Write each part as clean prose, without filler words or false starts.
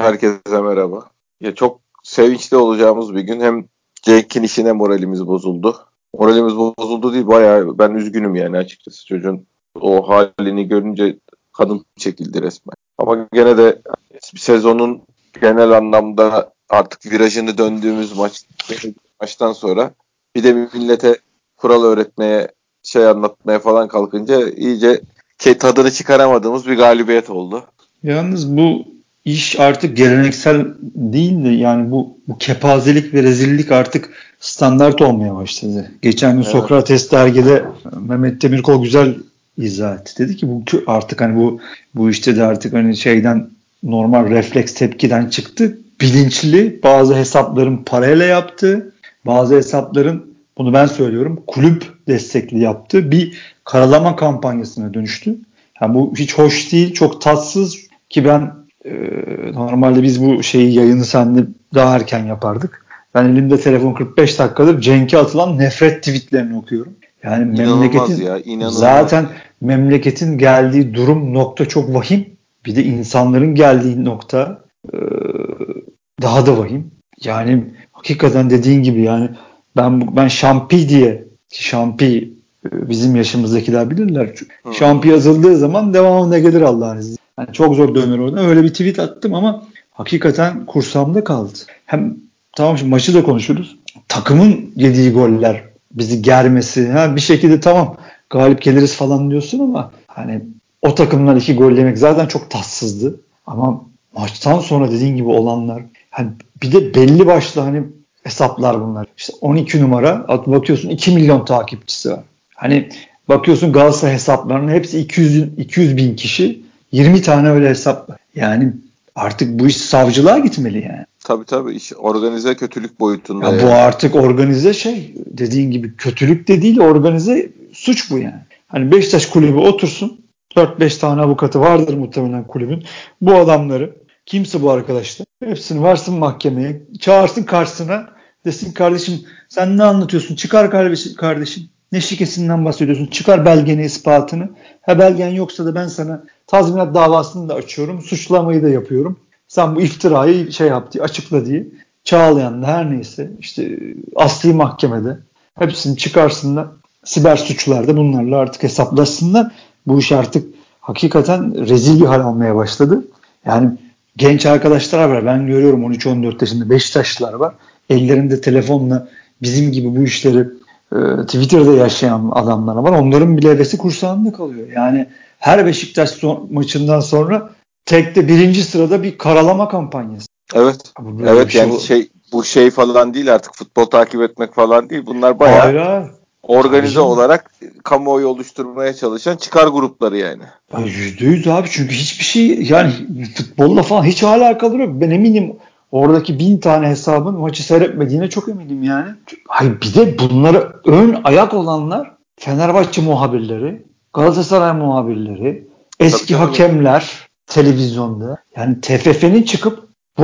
Herkese merhaba. Ya çok sevinçli olacağımız bir gün. Hem Cenk'in işine moralimiz bozuldu. Moralimiz bozuldu değil, bayağı ben üzgünüm yani açıkçası. Çocuğun o halini görünce kanım çekildi resmen. Ama gene de sezonun genel anlamda artık virajını döndüğümüz maçtan sonra bir de millete kural öğretmeye, anlatmaya falan kalkınca iyice tadını çıkaramadığımız bir galibiyet oldu. Yalnız bu iş artık geleneksel değil de yani bu kepazelik ve rezillik artık standart olmaya başladı. Geçen gün Sokrates dergide Mehmet Demirkol güzel izah etti. Dedi ki bu artık hani bu işte de artık hani şeyden normal refleks tepkiden çıktı. Bilinçli bazı hesapların parayla yaptığı, bazı hesapların bunu ben söylüyorum kulüp destekli yaptığı bir karalama kampanyasına dönüştü. Yani bu hiç hoş değil, çok tatsız ki ben normalde biz bu yayını seninle daha erken yapardık. Ben elimde telefon 45 dakikadır Cenk'e atılan nefret tweetlerini okuyorum. Yani İnanılmaz. Zaten memleketin geldiği durum nokta çok vahim. Bir de insanların geldiği nokta daha da vahim. Yani hakikaten dediğin gibi yani ben Şampi diye Şampi bizim yaşımızdakiler bilirler. Şampi yazıldığı zaman devamı ne gelir Allah'ın izniyle. Yani çok zor döner oradan. Öyle bir tweet attım ama hakikaten kursamda kaldı. Hem tamam şimdi maçı da konuşuruz. Takımın yediği goller bizi germesi. Bir şekilde tamam galip geliriz falan diyorsun ama hani o takımdan 2 gol yemek zaten çok tatsızdı. Ama maçtan sonra dediğin gibi olanlar hani bir de belli başlı hani hesaplar bunlar. İşte 12 numara bakıyorsun 2 milyon takipçisi var. Hani bakıyorsun Galatasaray hesaplarının hepsi 200 bin kişi. 20 tane öyle hesap var. Yani artık bu iş savcılığa gitmeli yani. Tabii iş organize kötülük boyutunda. Ya bu artık organize dediğin gibi kötülük de değil organize suç bu yani. Hani Beşiktaş kulübü otursun 4-5 tane avukatı vardır muhtemelen kulübün. Bu adamları kimse bu arkadaşlar hepsini varsın mahkemeye çağırsın karşısına desin kardeşim sen ne anlatıyorsun çıkar kardeşim ne şikesinden bahsediyorsun çıkar belgeni ispatını belgen yoksa da ben sana tazminat davasını da açıyorum suçlamayı da yapıyorum sen bu iftirayı yap diye açıkla diye Çağlayan da her neyse işte asli mahkemede hepsini çıkarsınlar siber suçlarda bunlarla artık hesaplaşsınlar bu iş artık hakikaten rezil bir hal almaya başladı yani genç arkadaşlar var. Ben görüyorum 13-14 yaşında Beşiktaşlılar var. Ellerinde telefonla bizim gibi bu işleri Twitter'da yaşayan adamlar var. Onların bile hevesi kursağında kalıyor. Yani her Beşiktaş maçından sonra tekte 1. sırada bir karalama kampanyası. Evet yani bu falan değil artık futbol takip etmek falan değil. Bunlar bayağı organize olarak kamuoyu oluşturmaya çalışan çıkar grupları yani. %100 abi çünkü hiçbir şey yani futbolla falan hiç alakalı yok. Ben eminim oradaki 1000 tane hesabın maçı seyretmediğine çok eminim yani. Hayır bir de bunlara ön ayak olanlar Fenerbahçe muhabirleri, Galatasaray muhabirleri, eski hakemler televizyonda. Yani TFF'nin çıkıp bu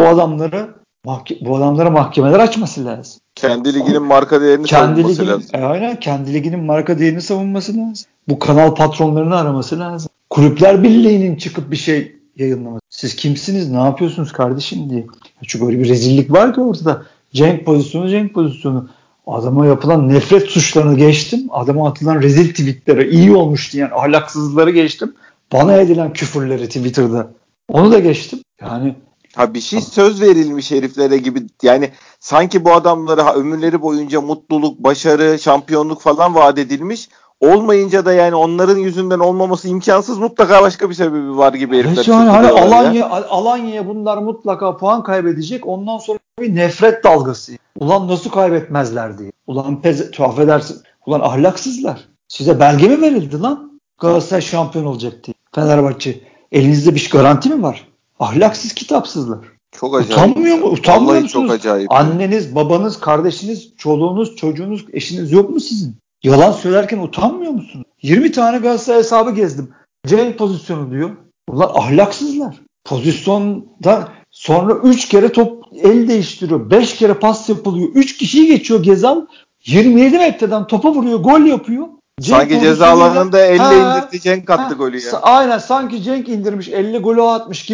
adamlara mahkemeler açması lazım. Kendi liginin marka değerini savunması lazım. Aynen kendi liginin marka değerini savunması lazım. Bu kanal patronlarını araması lazım. Kulüpler Birliği'nin çıkıp bir şey yayınlaması. Siz kimsiniz? Ne yapıyorsunuz kardeşim diye. Çünkü öyle bir rezillik var ki ortada. Cenk pozisyonu. Adama yapılan nefret suçlarını geçtim. Adama atılan rezil tweetlere iyi olmuş diyen ahlaksızlıkları geçtim. Bana edilen küfürleri Twitter'da. Onu da geçtim. Yani bir söz verilmiş heriflere gibi yani sanki bu adamlara ömürleri boyunca mutluluk, başarı, şampiyonluk falan vaat edilmiş. Olmayınca da yani onların yüzünden olmaması imkansız mutlaka başka bir sebebi var gibi herifler. Evet yani Alanya'ya bunlar mutlaka puan kaybedecek. Ondan sonra bir nefret dalgası. Ulan nasıl kaybetmezler diye. Ulan tuhaf edersin. Ulan ahlaksızlar. Size belge mi verildi lan? Galatasaray şampiyon olacak diye. Fenerbahçe. Elinizde bir garanti mi var? Ahlaksız kitapsızlar. Çok acayip. Utanmıyor musunuz? Çok acayip. Anneniz, babanız, kardeşiniz, çoluğunuz, çocuğunuz, eşiniz yok mu sizin? Yalan söylerken utanmıyor musunuz? 20 tane Galatasaray hesabı gezdim. Cenk pozisyonu diyor. Bunlar ahlaksızlar. Pozisyonda sonra 3 kere top el değiştiriyor. 5 kere pas yapılıyor. 3 kişiyi geçiyor Gezal. 27 metreden topa vuruyor. Gol yapıyor. Sanki ceza alanında elle indirdi Cenk attı golü ya. Aynen sanki Cenk indirmiş 50 golü atmış gibi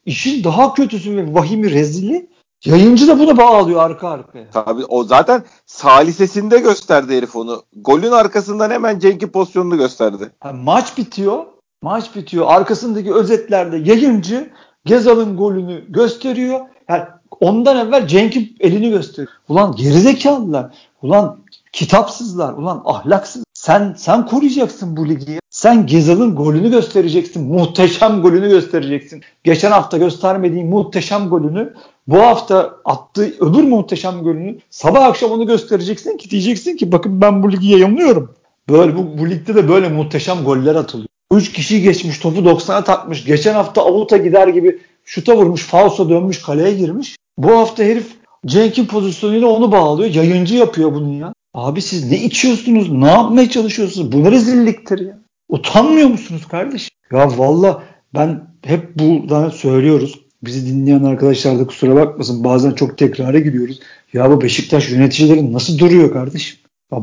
İşin daha kötüsü ve vahimi rezili, yayıncı da bunu bağlıyor arka arkaya. Tabii o zaten salisesinde gösterdi herif onu. Golün arkasından hemen Cenk'in pozisyonunu gösterdi. Maç bitiyor. Maç bitiyor. Arkasındaki özetlerde yayıncı Gezal'ın golünü gösteriyor. Yani ondan evvel Cenk'in elini gösteriyor. Ulan gerizekalılar. Ulan kitapsızlar. Ulan ahlaksız. Sen koruyacaksın bu ligi. Sen Gezal'ın golünü göstereceksin. Muhteşem golünü göstereceksin. Geçen hafta göstermediğin muhteşem golünü, bu hafta attığı öbür muhteşem golünü, sabah akşam onu göstereceksin ki diyeceksin ki bakın ben bu ligi yayınlıyorum. Böyle bu ligde de böyle muhteşem goller atılıyor. 3 kişi geçmiş, topu 90'a takmış. Geçen hafta avuta gider gibi şuta vurmuş, falso dönmüş, kaleye girmiş. Bu hafta herif Cenk'in pozisyonuyla onu bağlıyor. Yayıncı yapıyor bunu ya. Abi siz ne içiyorsunuz? Ne yapmaya çalışıyorsunuz? Bu ne rezilliktir ya. Utanmıyor musunuz kardeşim? Ya valla ben hep buradan söylüyoruz. Bizi dinleyen arkadaşlar da kusura bakmasın. Bazen çok tekrara giriyoruz. Ya bu Beşiktaş yöneticileri nasıl duruyor kardeşim? Ya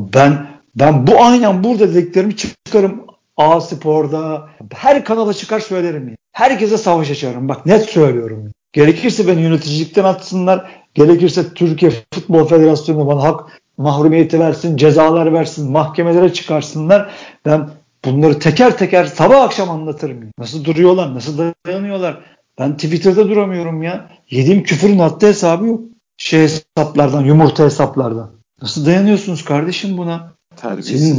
ben bu aynen burada dediklerimi çıkarım. A Spor'da her kanala çıkar söylerim ya. Herkese savaş açarım. Bak net söylüyorum ya. Gerekirse beni yöneticilikten atsınlar. Gerekirse Türkiye Futbol Federasyonu bana hak mahrumiyeti versin, cezalar versin, mahkemelere çıkarsınlar. Ben bunları teker teker sabah akşam anlatırım ya. Nasıl duruyorlar, nasıl dayanıyorlar. Ben Twitter'da duramıyorum ya. Yediğim küfürün haddi hesabı yok. Hesaplardan, yumurta hesaplardan. Nasıl dayanıyorsunuz kardeşim buna? Terbiyesiz. Senin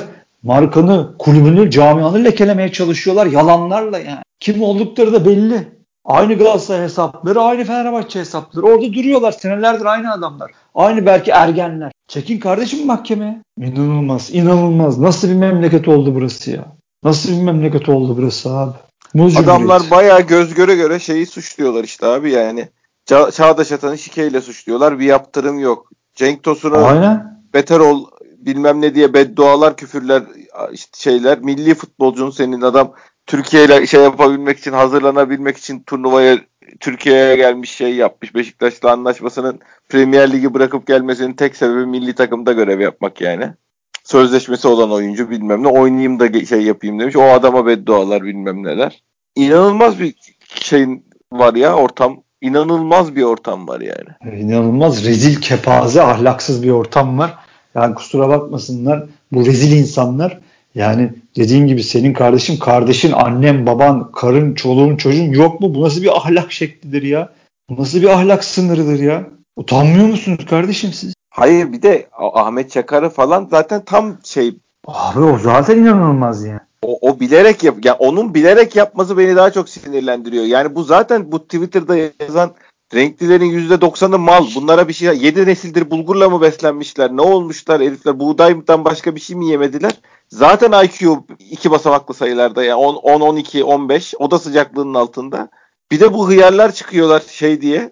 markanı, kulübünü, camianı lekelemeye çalışıyorlar yalanlarla yani. Kim oldukları da belli. Aynı Galatasaray hesapları, aynı Fenerbahçe hesapları. Orada duruyorlar. Senelerdir aynı adamlar. Aynı belki ergenler. Çekin kardeşim mahkemeye. İnanılmaz, inanılmaz. Nasıl bir memleket oldu burası ya? Nasıl bir memleket oldu burası abi? Adamlar bayağı göz göre göre şeyi suçluyorlar işte abi yani. Çağdaş Atan'ı şikeyle suçluyorlar. Bir yaptırım yok. Cenk Tosun'u beter ol bilmem ne diye beddualar, küfürler, işte şeyler. Milli futbolcunun, senin adam Türkiye'yle şey yapabilmek için, hazırlanabilmek için turnuvaya Türkiye'ye gelmiş, şey yapmış. Beşiktaş'la anlaşmasının Premier Ligi bırakıp gelmesinin tek sebebi milli takımda görev yapmak yani. Sözleşmesi olan oyuncu bilmem ne, oynayayım da şey yapayım demiş. O adama beddualar bilmem neler. İnanılmaz bir şeyin var ya, ortam. İnanılmaz bir ortam var yani. İnanılmaz rezil, kepaze, ahlaksız bir ortam var. Yani kusura bakmasınlar bu rezil insanlar. Yani dediğim gibi senin kardeşin, annen, baban, karın, çoluğun, çocuğun yok mu? Bu nasıl bir ahlak şeklidir ya? Bu nasıl bir ahlak sınırıdır ya? Utanmıyor musunuz kardeşim siz? Hayır, bir de Ahmet Çakar'ı falan zaten tam şey. Abi o zaten inanılmaz yani. O bilerek yani onun bilerek yapması beni daha çok sinirlendiriyor. Yani bu zaten bu Twitter'da yazan renklilerin %90'ı mal. Bunlara bir şey, 7 nesildir bulgurla mı beslenmişler? Ne olmuşlar herifler? Buğdaydan başka bir şey mi yemediler? Zaten IQ 2 basamaklı sayılarda ya. 10, 12, 15. Oda sıcaklığının altında. Bir de bu hıyarlar çıkıyorlar şey diye.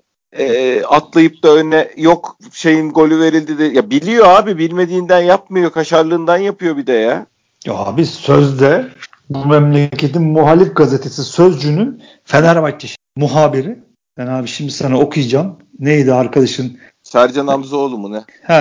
Atlayıp da önüne yok şeyin golü verildi de. Ya biliyor abi, bilmediğinden yapmıyor. Kaşarlığından yapıyor bir de ya. Ya abi sözde bu memleketin muhalif gazetesi Sözcü'nün Fenerbahçe muhabiri. Ben abi şimdi sana okuyacağım. Neydi arkadaşın? Sercan Hamzoğlu mu ne?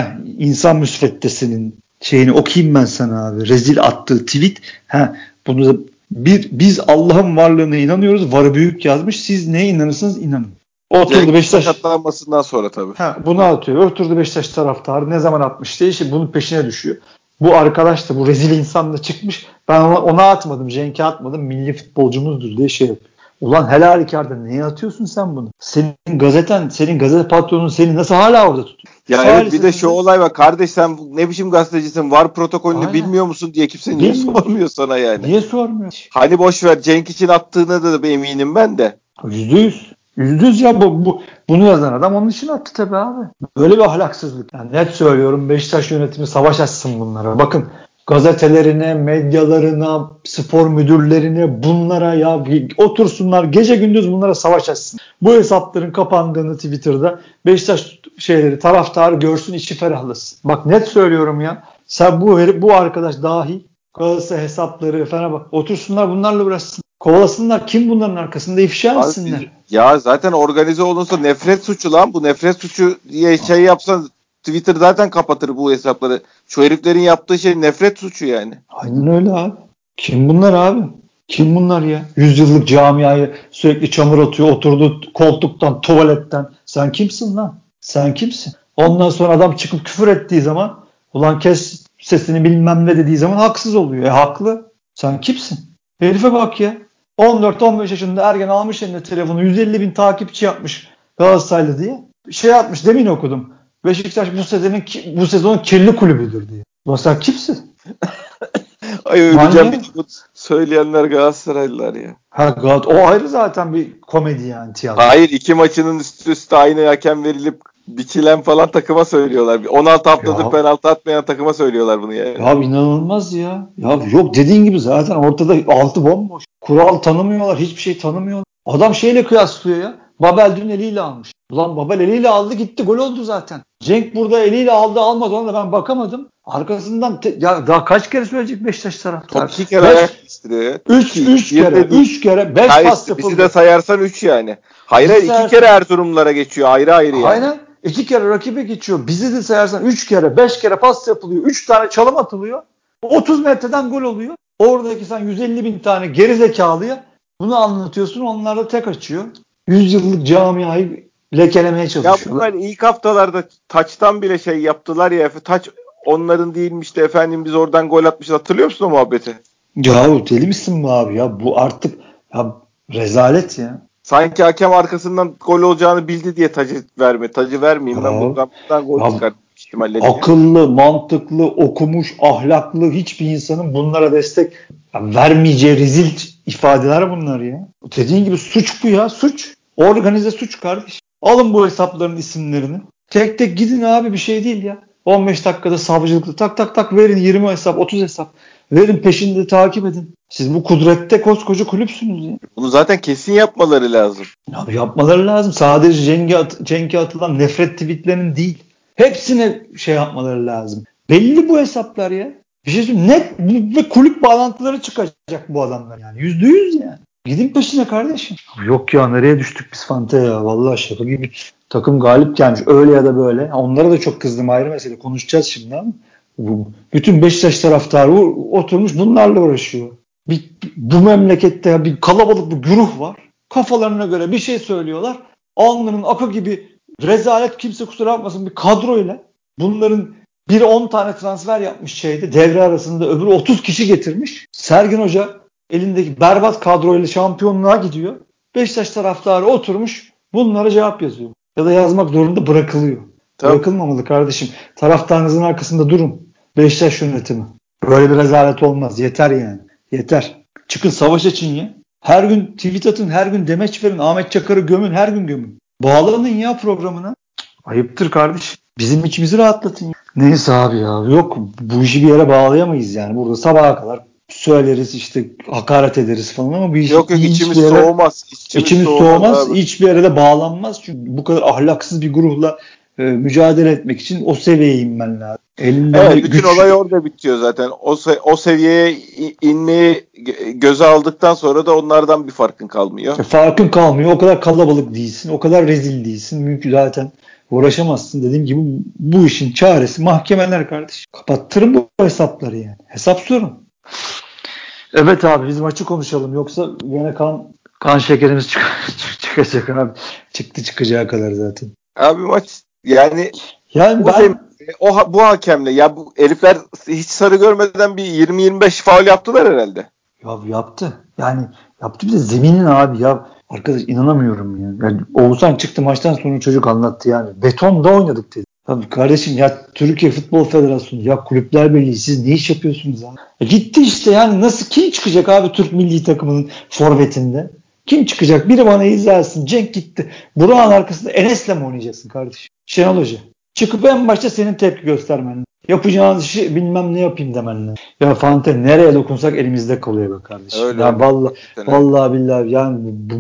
İnsan müsveddesinin şeyini okuyayım ben sana abi. Rezil attığı tweet. Bunu da biz Allah'ın varlığına inanıyoruz. Varı büyük yazmış. Siz neye inanırsınız inanın. Oturdu Beşiktaş. Sakatlanmasından sonra tabii. Bunu atıyor. Oturdu Beşiktaş taraftarı. Ne zaman atmış diye işte bunun peşine düşüyor. Bu arkadaş da bu rezil insan da çıkmış. Ben ona atmadım. Cenk'e atmadım. Milli futbolcumuzdur diye şey yapıyor. Ulan helal kârda neye atıyorsun sen bunu? Senin gazete patronun seni nasıl hala orada tutuyor? Ya evet, bir de şu olay var. Kardeş sen ne biçim gazetecisin? VAR protokolünü bilmiyor musun diye kimse niye sormuyor sana yani? Niye sormuyor? Hani boş ver, Cenk için attığını da eminim ben de. %100. %100 ya bunu yazan adam onun için attı tabii abi. Böyle bir ahlaksızlık. Yani net söylüyorum, Beşiktaş yönetimi savaş açsın bunlara. Bakın gazetelerine, medyalarına, spor müdürlerine, bunlara ya otursunlar gece gündüz bunlara savaş açsın. Bu hesapların kapandığını Twitter'da Beşiktaş taraftarı görsün, içi ferahlasın. Bak net söylüyorum ya. Sen bu arkadaş dahil Galatasaray hesapları falan bak otursunlar bunlarla uğraşsın. Kovalasınlar, kim bunların arkasında ifşa etsinler. Ya zaten organize olunsa nefret suçu lan. Bu nefret suçu diye şey yapsan Twitter zaten kapatır bu hesapları. Şu heriflerin yaptığı şey nefret suçu yani. Aynen öyle abi. Kim bunlar abi? Kim bunlar ya? 100 yıllık camiayı sürekli çamur atıyor. Oturduğu koltuktan, tuvaletten. Sen kimsin lan? Sen kimsin? Ondan sonra adam çıkıp küfür ettiği zaman ulan kes sesini bilmem ne dediği zaman haksız oluyor. Haklı. Sen kimsin? Herife bak ya. 14-15 yaşında ergen almış eline telefonu. 150 bin takipçi yapmış Galatasaraylı diye. Şey yapmış, demin okudum. Beşiktaş bu sezonun kirli kulübüdür diye. Ulan sen kimsin? Ay öleceğim, bir bu söyleyenler Galatasaraylılar ya. O ayrı zaten bir komedi yani, tiyatro. Hayır, 2 maçının üst üste aynı hakem verilip biçilen falan takıma söylüyorlar. 16 haftadır penaltı atmayan takıma söylüyorlar bunu yani. Ya inanılmaz ya. Ya yok, dediğin gibi zaten ortada altı bomboş. Kural tanımıyorlar, hiçbir şey tanımıyorlar. Adam şeyle kıyaslıyor ya. Babel dün eliyle almış. Ulan Babel eliyle aldı gitti, gol oldu zaten. Cenk burada eliyle aldı almadı, ona da ben bakamadım. Arkasından ya daha kaç kere söyleyecek Beşiktaş taraftarı? Top 2 kere ayak değiştiriyor ya. 3 kere 5 pas yapıldı. Bizi de sayarsan 3 yani. Hayır 2 kere Erzurumlara geçiyor ayrı yani. Aynen. 2 kere rakibe geçiyor. Bizi de sayarsan 3 kere 5 kere pas yapılıyor. 3 tane çalım atılıyor. 30 metreden gol oluyor. Oradaki sen 150 bin tane gerizekalıya bunu anlatıyorsun. Onlar da tek açıyor. 100 yıllık camiayı lekelemeye çalışıyorlar. Ya bunlar ilk haftalarda taçtan bile şey yaptılar ya. Taç onların değilmiş de efendim biz oradan gol atmışız. Hatırlıyor musun o muhabbeti? Ya deli misin bu abi ya? Bu artık ya rezalet ya. Sanki hakem arkasından gol olacağını bildi diye tacı vermeyeyim. Ben buradan gol çıkartmışım. Akıllı, mantıklı, okumuş, ahlaklı hiçbir insanın bunlara destek vermeyeceği rezil ifadeler bunlar ya. Dediğin gibi suç bu ya, suç. Organize suç kardeş. Alın bu hesapların isimlerini. Tek tek gidin abi, bir şey değil ya. 15 dakikada savcılıkta tak tak tak verin, 20 hesap, 30 hesap. Verin, peşinde takip edin. Siz bu kudrette koskoca kulüpsünüz ya. Bunu zaten kesin yapmaları lazım. Ya yapmaları lazım. Sadece Cenk'e atılan nefret tweetlerinin değil. Hepsine şey yapmaları lazım. Belli bu hesaplar ya. Bir şey söyleyeyim. Net ve kulüp bağlantıları çıkacak bu adamlar yani. %100 yani. Gidin peşine kardeşim. Yok ya, nereye düştük biz Fante ya. Vallahi şaka gibi. Takım galip gelmiş. Öyle ya da böyle. Onlara da çok kızdım, ayrı mesele. Konuşacağız şimdi ama. Bütün Beşiktaş taraftarı oturmuş bunlarla uğraşıyor. Bu memlekette bir kalabalık bir güruh var. Kafalarına göre bir şey söylüyorlar. Alnının akı gibi rezalet, kimse kusura bakmasın bir kadroyla bunların biri 10 tane transfer yapmış devre arasında, öbürü 30 kişi getirmiş. Sergen Hoca elindeki berbat kadroyla şampiyonluğa gidiyor. Beşiktaş taraftarı oturmuş bunlara cevap yazıyor. Ya da yazmak zorunda bırakılıyor. Tabii. Bırakılmamalı kardeşim. Taraftarınızın arkasında durun. Beşiktaş yönetimi. Böyle bir rezalet olmaz. Yeter yani. Yeter. Çıkın savaş için ya. Her gün tweet atın, her gün demeç verin. Ahmet Çakar'ı gömün, her gün gömün. Bağlanın ya programına. Ayıptır kardeş. Bizim içimizi rahatlatın. Neyse abi ya. Yok, bu işi bir yere bağlayamayız yani. Burada sabaha kadar söyleriz, işte hakaret ederiz falan ama bir yok içimiz soğumaz. İçimiz soğumaz. Hiçbir yere de bağlanmaz. Çünkü bu kadar ahlaksız bir grupla mücadele etmek için o seviyeye inmen lazım. Evet, bütün olay orada bitiyor zaten. O seviyeye inmeyi göze aldıktan sonra da onlardan bir farkın kalmıyor. Farkın kalmıyor. O kadar kalabalık değilsin. O kadar rezil değilsin. Mümkün zaten uğraşamazsın. Dediğim gibi bu işin çaresi mahkemeler kardeşim. Kapattırın bu hesapları yani. Hesap sorun. Evet abi, biz maçı konuşalım. Yoksa yine kan şekerimiz çıkacak abi. Çıkacağı kadar zaten. Abi maç yani bu hakemle ya, bu herifler hiç sarı görmeden bir 20-25 faul yaptılar herhalde. Ya yaptı. Yani yaptı, bir de zeminin abi ya. Arkadaş inanamıyorum ya. Yani Oğuzhan çıktı maçtan sonra, çocuk anlattı yani. Betonda oynadık dedi. Tabii kardeşim ya, Türkiye Futbol Federasyonu ya Kulüpler Birliği, siz ne iş yapıyorsunuz abi? Gitti işte yani, kim çıkacak abi Türk milli takımının forvetinde? Kim çıkacak? Biri bana izah etsin. Cenk gitti. Burak'ın arkasında Enes'le mi oynayacaksın kardeşim? Şenol Hoca. Çıkıp en başta senin tepki göstermen. Yapacağınız işi bilmem ne yapayım demenle. Ya Fante, nereye dokunsak elimizde kalıyor be kardeşim. Öyle. Ya vallahi billahi yani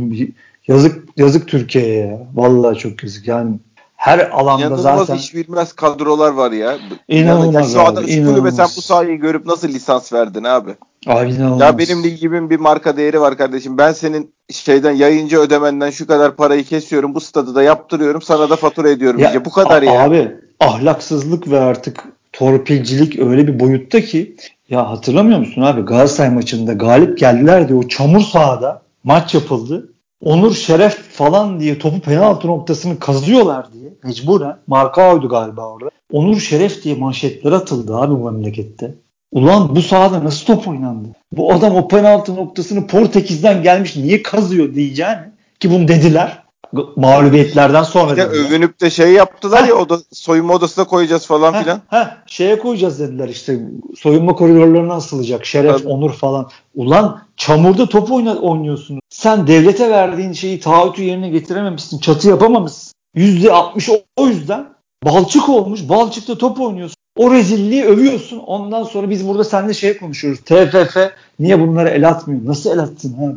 yazık Türkiye'ye ya. Vallahi çok yazık. Yani her alanda İnanılmaz zaten iş bilmez kadrolar var ya. İnanılmaz şu abi. Şu kulübe sen bu sahayı görüp nasıl lisans verdin abi? Abi inanılmaz. Ya benim ligimin bir marka değeri var kardeşim. Ben senin yayıncı ödemenden şu kadar parayı kesiyorum. Bu stadı da yaptırıyorum. Sana da fatura ediyorum. Ya, bu kadar ya. Abi ahlaksızlık ve artık torpilcilik öyle bir boyutta ki Ya hatırlamıyor musun abi? Galatasaray maçında galip geldiler diye o çamur sahada maç yapıldı. Onur şeref falan diye topu penaltı noktasını kazıyorlar diye mecburen. Markao'ydu galiba orada. Onur şeref diye manşetler atıldı abi bu memlekette. Ulan bu sahada nasıl top oynandı? Bu adam o penaltı noktasını Portekiz'den gelmiş niye kazıyor diyeceğini ki bunu dediler. Mağlubiyetlerden sonra Bir de dediler. övünüp de şey yaptılar ya soyunma odasına koyacağız falan filan. Şeye koyacağız dediler işte soyunma koridorlarına asılacak şeref, Tabii. onur falan. Ulan çamurda top oynuyorsun. Sen devlete verdiğin şeyi taahhütü yerine getirememişsin. Çatı yapamamışsın. %60 o yüzden balçık olmuş. Balçıkta top oynuyorsun. O rezilliği övüyorsun. Ondan sonra biz burada seninle şey konuşuyoruz. TFF niye bunlara el atmıyor? Nasıl el attın ha?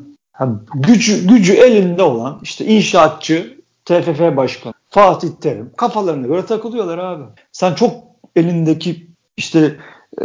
Gücü elinde olan işte inşaatçı TFF Başkanı Fatih Terim kafalarına göre takılıyorlar abi. Sen çok elindeki işte e,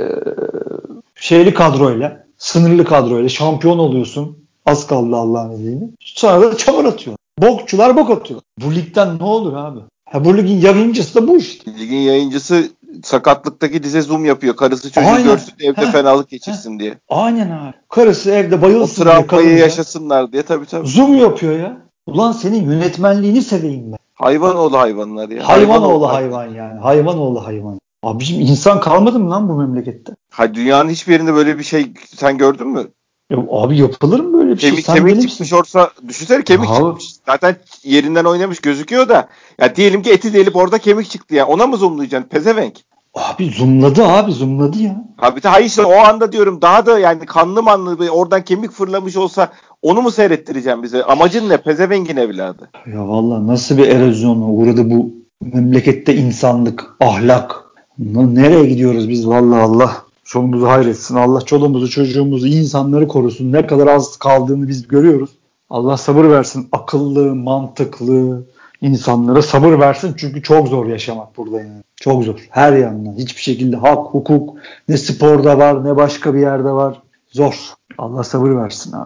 şeyli kadroyla, sınırlı kadroyla şampiyon oluyorsun. Az kaldı Allah'ın izniyle. Sonra da çamur atıyor. Bokçular bok atıyor. Bu ligden ne olur abi? Bu ligin yayıncısı da bu işte. Ligin yayıncısı sakatlıktaki dize zoom yapıyor. Karısı çocuğu Aynen. görsün evde fenalık geçirsin diye. Aynen abi. Karısı evde O bayılsın diye travmayı yaşasınlar diye tabii. zoom yapıyor ya. Ulan senin yönetmenliğini seveyim ben. Hayvan oğlu hayvanlar ya. Hayvan oğlu hayvan yani. Hayvan oğlu hayvan. Abiciğim insan kalmadı mı lan bu memlekette? Dünyanın hiçbir yerinde böyle bir şey sen gördün mü? Ya abi yapılır mı böyle bir şey? Sen Kemik deli çıkmış misin? olsa düşünsene kemik Ya çıkmış. Zaten yerinden oynamış gözüküyor da. Ya diyelim ki eti delip orada kemik çıktı ya. Ona mı zoomlayacaksın pezevenk? Abi zoomladı ya. Abi hayır işte o anda diyorum daha da yani kanlı manlı oradan kemik fırlamış olsa onu mu seyrettireceğim bize? Amacın ne? Pezevengin evladı. Ya vallahi nasıl bir erozyona uğradı bu memlekette insanlık, ahlak. Nereye gidiyoruz biz vallahi Allah sonumuzu hayretsin. Allah çoluğumuzu, çocuğumuzu, insanları korusun. Ne kadar az kaldığını biz görüyoruz. Allah sabır versin. Akıllı, mantıklı insanlara sabır versin. Çünkü çok zor yaşamak burada yani. Çok zor. Her yandan. Hiçbir şekilde hak, hukuk ne sporda var ne başka bir yerde var. Zor. Allah sabır versin abi.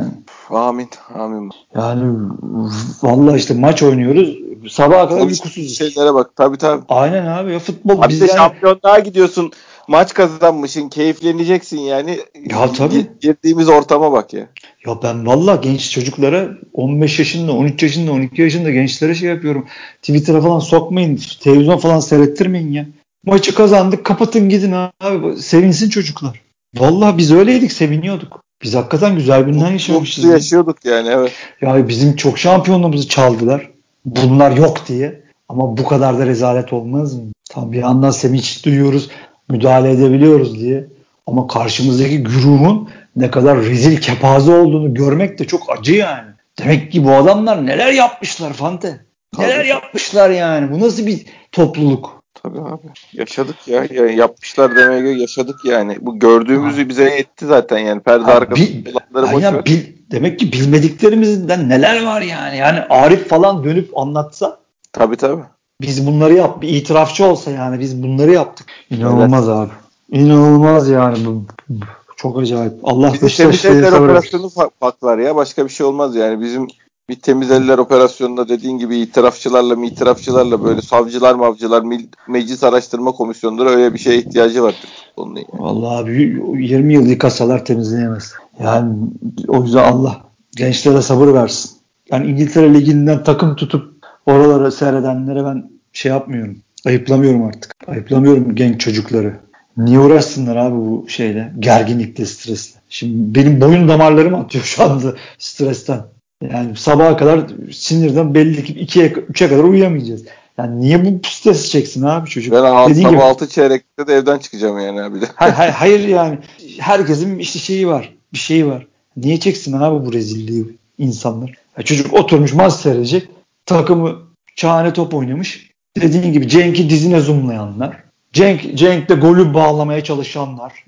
Amin. Amin. Yani vallahi işte maç oynuyoruz. Sabaha kadar uykusuzuz. Şeylere bak. Tabii. Aynen abi ya futbol Abi biz de yani. şampiyonluğa gidiyorsun. Maç kazanmışsın. Keyifleneceksin yani. Ya tabii. Girdiğimiz ortama bak ya. Ya ben vallahi genç çocuklara 15 yaşında, 13 yaşında, 12 yaşında gençlere şey yapıyorum. Twitter'a falan sokmayın. Televizyon falan seyrettirmeyin ya. Maçı kazandık kapatın gidin abi. Sevinsin çocuklar. Vallahi biz öyleydik seviniyorduk. Biz hakikaten güzel günler yaşamışız. Mutlu yaşıyorduk yani evet. Ya bizim çok şampiyonluğumuzu çaldılar. Bunlar yok diye. Ama bu kadar da rezalet olmaz mı? Tam bir yandan sevinç duyuyoruz, müdahale edebiliyoruz diye. Ama karşımızdaki güruhun ne kadar rezil kepaze olduğunu görmek de çok acı yani. Demek ki bu adamlar neler yapmışlar Fante. Neler yapmışlar yani. Bu nasıl bir topluluk? Tabii abi. Yaşadık ya. Yani yapmışlar demeye göre yaşadık yani. Bu gördüğümüzü bize yetti zaten yani. Perde arkası olanları boş ver. Demek ki bilmediklerimizden neler var yani. Yani Arif falan dönüp anlatsa. Tabii. Biz bunları bir itirafçı olsa yani biz bunları yaptık. İnanılmaz evet. Abi. İnanılmaz yani bu. Çok acayip. Allah bizim temiz eller operasyonu patlar ya. Başka bir şey olmaz yani. Bizim bir temiz eller operasyonunda dediğin gibi itirafçılarla böyle savcılar, mavcılar, meclis araştırma komisyonları öyle bir şeye ihtiyacı vardır. Yani. Vallahi abi 20 yıl yıkasalar temizleyemez. Yani o yüzden Allah gençlere sabır versin. Yani İngiltere Ligi'nden takım tutup oraları seyredenlere ben şey yapmıyorum. Ayıplamıyorum artık. Ayıplamıyorum genç çocukları. Niye uğraşsınlar abi bu şeyle? Gerginlikle, stresle. Şimdi benim boyun damarlarım atıyor şu anda stresten. Yani sabaha kadar sinirden belli ki 2'ye 3'e kadar uyuyamayacağız. Yani niye bu stresi çeksin abi çocuk? Ben sabah 6 çeyrekte de evden çıkacağım yani abi de. Hayır yani herkesin işte şeyi var. Bir şeyi var. Niye çeksin abi bu rezilliği insanlar? Ya çocuk oturmuş maç seyredecek. Takımı şahane top oynamış. Dediğin gibi Cenk'i dizine zoomlayanlar. Cenk'te golü bağlamaya çalışanlar.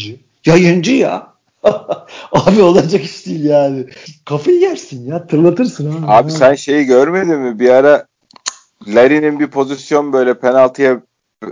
Yayıncı ya. Abi olacak iş değil yani. Kafayı yersin ya. Tırlatırsın abi. Abi sen şeyi görmedin mi? Bir ara Larry'nin bir pozisyon böyle penaltıya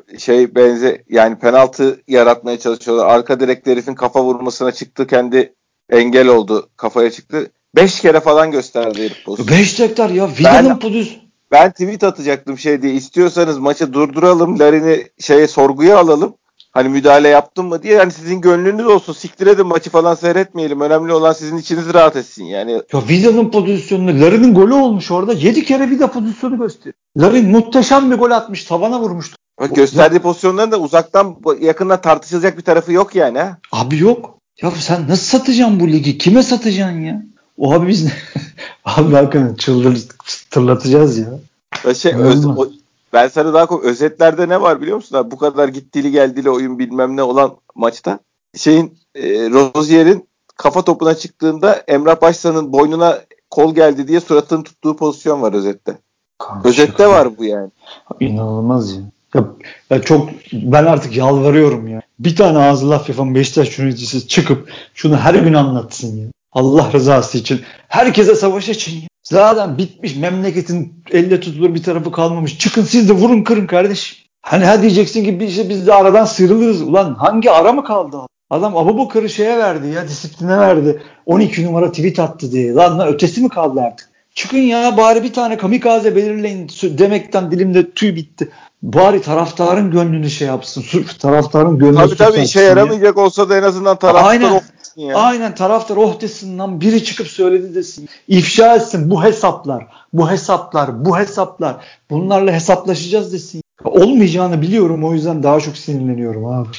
yani penaltı yaratmaya çalışıyorlar. Arka direkt herifin kafa vurmasına çıktı. Kendi engel oldu. Kafaya çıktı. 5 kere falan gösterdi herif pozisyonu. 5 tekrar ya. Vidal'ın pozisyonu. Ben tweet atacaktım diye. İstiyorsanız maçı durduralım. Larry'ni sorguya alalım. hani müdahale yaptın mı diye. Yani sizin gönlünüz olsun. Siktir edin maçı falan seyretmeyelim. Önemli olan sizin içiniz rahat etsin yani. Ya Vida'nın pozisyonunu, Larin'in golü olmuş orada. 7 kere Vida pozisyonu gösteriyor. Larin muhteşem bir gol atmış. Tavana vurmuştu. Bak gösterdiği pozisyonların da uzaktan yakından tartışılacak bir tarafı yok yani. Ha? Abi yok. Ya sen nasıl satacaksın bu ligi? Kime satacaksın ya? O abi biz abi hakikaten tırlatacağız ya. Ben sana daha özetlerde ne var biliyor musun? Abi, bu kadar gittili geldili oyun bilmem ne olan maçta Rozier'in kafa topuna çıktığında Emrah Başsan'ın boynuna kol geldi diye suratını tuttuğu pozisyon var özette. Özette var bu yani. İnanılmaz ya. Ya çok ben artık yalvarıyorum ya. Bir tane ağzı laf yapan Beşiktaş yöneticisi çıkıp şunu her gün anlatsın ya. Allah rızası için. Herkese savaş için ya. Zaten bitmiş. Memleketin elle tutulur bir tarafı kalmamış. Çıkın siz de vurun kırın kardeşim. Hani diyeceksin ki biz de aradan sıyrılırız. Ulan hangi ara mı kaldı? Adam Abubakar'ı şeye verdi ya, disipline verdi. 12 numara tweet attı diye. Lan ötesi mi kaldı artık? Çıkın ya bari bir tane kamikaze belirleyin demekten dilimde tüy bitti. Bari taraftarın gönlünü şey yapsın. Taraftarın gönlünü tabii işe yaramayacak olsa da en azından taraftar desin ya. Aynen taraftar desin lan. Biri çıkıp söyledi desin. İfşa etsin bu hesaplar. Bunlarla hesaplaşacağız desin. Olmayacağını biliyorum, o yüzden daha çok sinirleniyorum abi.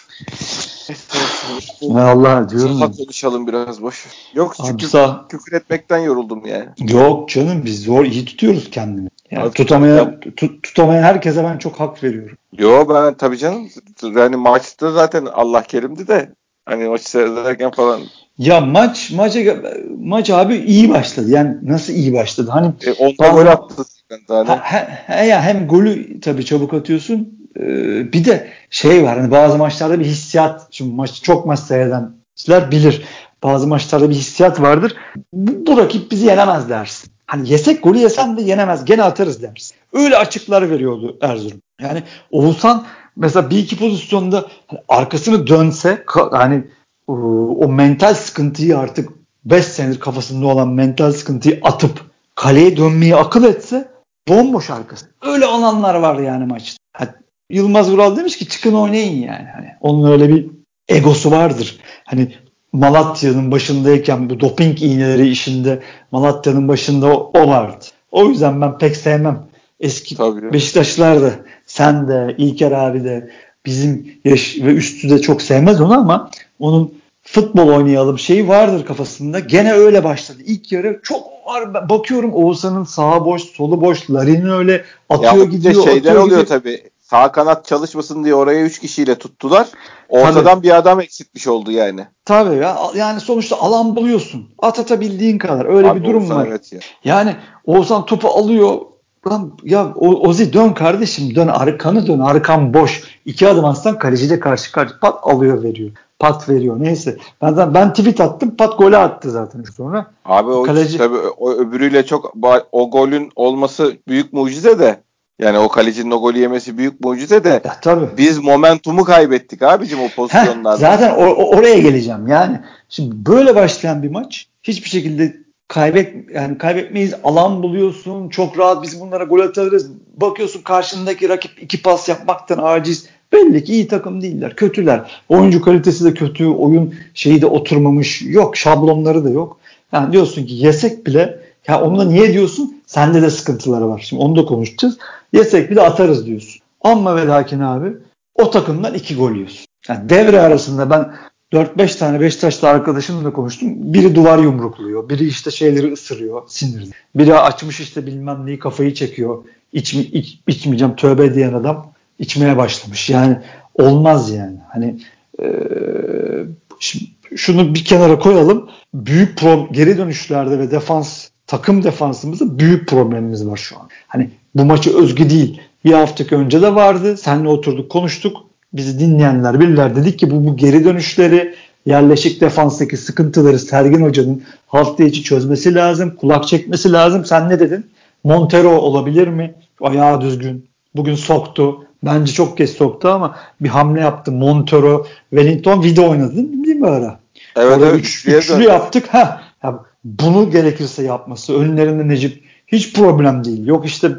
Allah diyorum. Konuşalım biraz boş. Yok çünkü küfür etmekten yoruldum yani. Yok canım biz iyi tutuyoruz kendimizi. Yani tutamayan herkese ben çok hak veriyorum. Yo ben tabii canım. Yani maçta zaten Allah kerimdi de hani maçı seyrederken falan. Ya maç abi iyi başladı. Yani nasıl iyi başladı? Hani onda gol attı zaten. Hem golü tabii çabuk atıyorsun. Bir de var hani bazı maçlarda bir hissiyat. Şimdi çok maç seyredenler bilir. Bazı maçlarda bir hissiyat vardır. Bu rakip bizi yenemez dersin. Hani yesek golü yesen de yenemez. Gene atarız dersin. Öyle açıklar veriyordu Erzurum. Yani Oğuzhan mesela bir iki pozisyonda arkasını dönse hani o mental sıkıntıyı artık 5 senedir kafasında olan mental sıkıntıyı atıp kaleye dönmeyi akıl etse bomboş arkası. Öyle alanlar var yani maçta. Yılmaz Vural demiş ki çıkın oynayın yani. Hani onun öyle bir egosu vardır. Hani Malatya'nın başındayken bu doping iğneleri işinde Malatya'nın başında o vardı. O yüzden ben pek sevmem. Eski Beşiktaşlılar da sen de İlker abi de bizim yaş ve üstü de çok sevmez onu ama onun futbol oynayalım şeyi vardır kafasında. Gene öyle başladı. İlk yarı çok var. Bakıyorum Oğuzhan'ın sağı boş, solu boş. Larin'in öyle atıyor gidiyor. Şeyden oluyor tabii. Sağ kanat çalışmasın diye oraya 3 kişiyle tuttular. Ortadan bir adam eksiltmiş oldu yani. Tabii ya. Yani sonuçta alan buluyorsun. Atabildiğin kadar. Öyle abi bir durum var. Evet ya. Yani Oğuzhan topu alıyor. Lan ya Ozi dön kardeşim. Dön arkanı dön. Arkan boş. 2 adım atsan kaleciyle karşı pat alıyor veriyor. Pat veriyor. Neyse. Ben tweet attım. Pat golü attı zaten sonra. Abi o kaleci tabii o öbürüyle çok o golün olması büyük mucize de. Yani o kalecinin o golü yemesi büyük mucize de. Ya, tabii. Biz momentumu kaybettik abicim o pozisyonlarda. Zaten oraya geleceğim. Yani şimdi böyle başlayan bir maç hiçbir şekilde kaybetmeyiz. Alan buluyorsun. Çok rahat biz bunlara gol atarız. Bakıyorsun karşındaki rakip 2 pas yapmaktan aciz. Belli ki iyi takım değiller. Kötüler. Oyuncu kalitesi de kötü. Oyun şeyi de oturmamış. Yok. Şablonları da yok. Yani diyorsun ki yesek bile ya onunla niye diyorsun? Sende de sıkıntıları var. Şimdi onu da konuşacağız. Yesek bile atarız diyorsun. Ama ve lakin abi o takımdan 2 gol yiyorsun. Yani devre arasında ben 4-5 tane Beşiktaşlı arkadaşımla konuştum. Biri duvar yumrukluyor. Biri işte şeyleri ısırıyor sinirli. Biri açmış işte bilmem neyi kafayı çekiyor. İçmeyeceğim tövbe diyen adam içmeye başlamış. Yani olmaz yani. Hani şunu bir kenara koyalım. Büyük geri dönüşlerde ve takım defansımızda büyük problemimiz var şu an. Hani bu maçı özgü değil. Bir hafta önce de vardı. Seninle oturduk konuştuk. Bizi dinleyenler bilirler. Dedik ki bu geri dönüşleri, yerleşik defanstaki sıkıntıları Sergen Hoca'nın hafta içi çözmesi lazım. Kulak çekmesi lazım. Sen ne dedin? Montero olabilir mi? Ayağı düzgün. Bugün soktu. Bence çok geç soktu ama bir hamle yaptı. Montero, Wellington video oynadı değil mi ara? Evet. Üçlü yaptık. Bunu gerekirse yapması. Önlerinde Necip hiç problem değil. Yok işte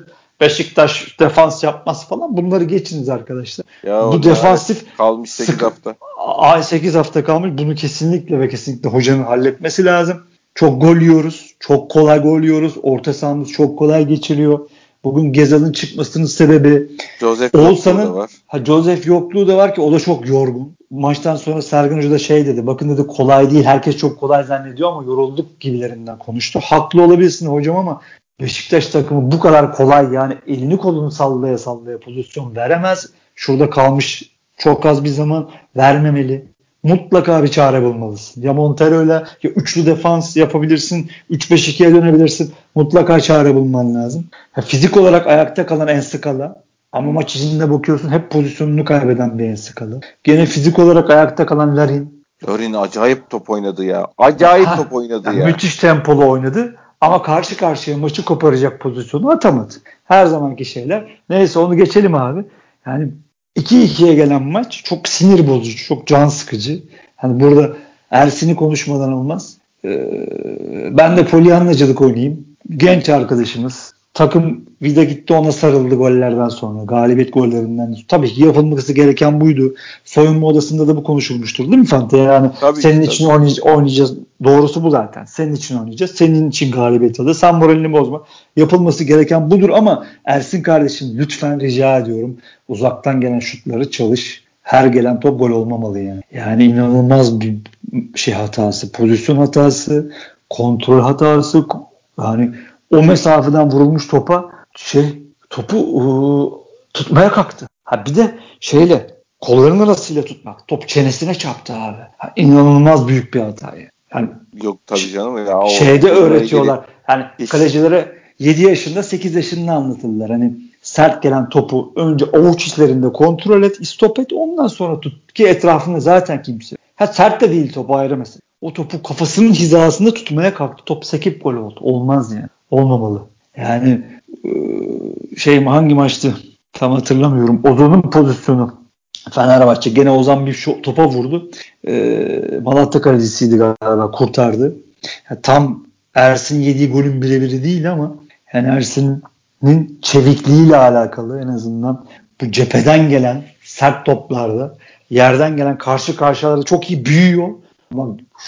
Beşiktaş defans yapmaz falan. Bunları geçiniz arkadaşlar. Ya Bu defansif kalmış 8 hafta. 8 hafta kalmış. Bunu kesinlikle ve kesinlikle hocanın halletmesi lazım. Çok gol yiyoruz. Çok kolay gol yiyoruz. Orta sahamız çok kolay geçiriyor. Bugün Gezal'ın çıkmasının sebebi Joseph yokluğu da var ki o da çok yorgun. Maçtan sonra Sergen Hoca da şey dedi. Bakın dedi kolay değil. Herkes çok kolay zannediyor ama yorulduk gibilerinden konuştu. Haklı olabilirsin hocam ama Beşiktaş takımı bu kadar kolay yani elini kolunu sallaya sallaya pozisyon veremez. Şurada kalmış çok az bir zaman vermemeli. Mutlaka bir çare bulmalısın. Ya Montero'yla ya üçlü defans yapabilirsin. 3-5-2'ye dönebilirsin. Mutlaka çare bulman lazım. Fizik olarak ayakta kalan Enskala. Ama maç içinde bakıyorsun hep pozisyonunu kaybeden bir Enskala. Gene fizik olarak ayakta kalan Larin. Larin acayip top oynadı ya. Acayip top oynadı ya. Müthiş tempolu oynadı. Ama karşı karşıya maçı koparacak pozisyonu atamadı. Her zamanki şeyler. Neyse onu geçelim abi. Yani 2-2'ye gelen maç çok sinir bozucu, çok can sıkıcı. Hani burada Ersin'i konuşmadan olmaz. Ben de polyanlacılık oynayayım. Genç arkadaşımız. Takım vida gitti ona sarıldı gollerden sonra. Galibiyet gollerinden. Tabii ki yapılması gereken buydu. Soyunma odasında da bu konuşulmuştur değil mi Fante? Yani tabii, senin için oynayacağız. Doğrusu bu zaten. Senin için oynayacağız. Senin için galibiyet aldı. Sen moralini bozma. Yapılması gereken budur ama Ersin kardeşim lütfen rica ediyorum. Uzaktan gelen şutları çalış. Her gelen top gol olmamalı yani. Yani inanılmaz bir şey hatası. Pozisyon hatası. Kontrol hatası. Yani o mesafeden vurulmuş topa topu tutmaya kalktı. Ha bir de kolların arasıyla tutmak. Top çenesine çarptı abi. İnanılmaz büyük bir hata yani. Yok tabii canım ya. Şeyde öğretiyorlar. Yani kalecilere 7 yaşında 8 yaşında anlatırlar. Hani sert gelen topu önce avuç içlerinde kontrol et, istop et, ondan sonra tut. Ki etrafında zaten kimse. Sert de değil top ayrı mesele. O topu kafasının hizasında tutmaya kalktı. Top sekip gol oldu. Olmaz yani. Olmamalı. Yani hangi maçtı? Tam hatırlamıyorum. Ozan'ın pozisyonu. Fenerbahçe gene Ozan bir topa vurdu. Malatya kalecisiydi galiba. Kurtardı. Tam Ersin yediği golün birebiri değil ama yani Ersin'in çevikliğiyle alakalı en azından bu cepheden gelen sert toplarda yerden gelen karşı karşılarda çok iyi büyüyor. Ama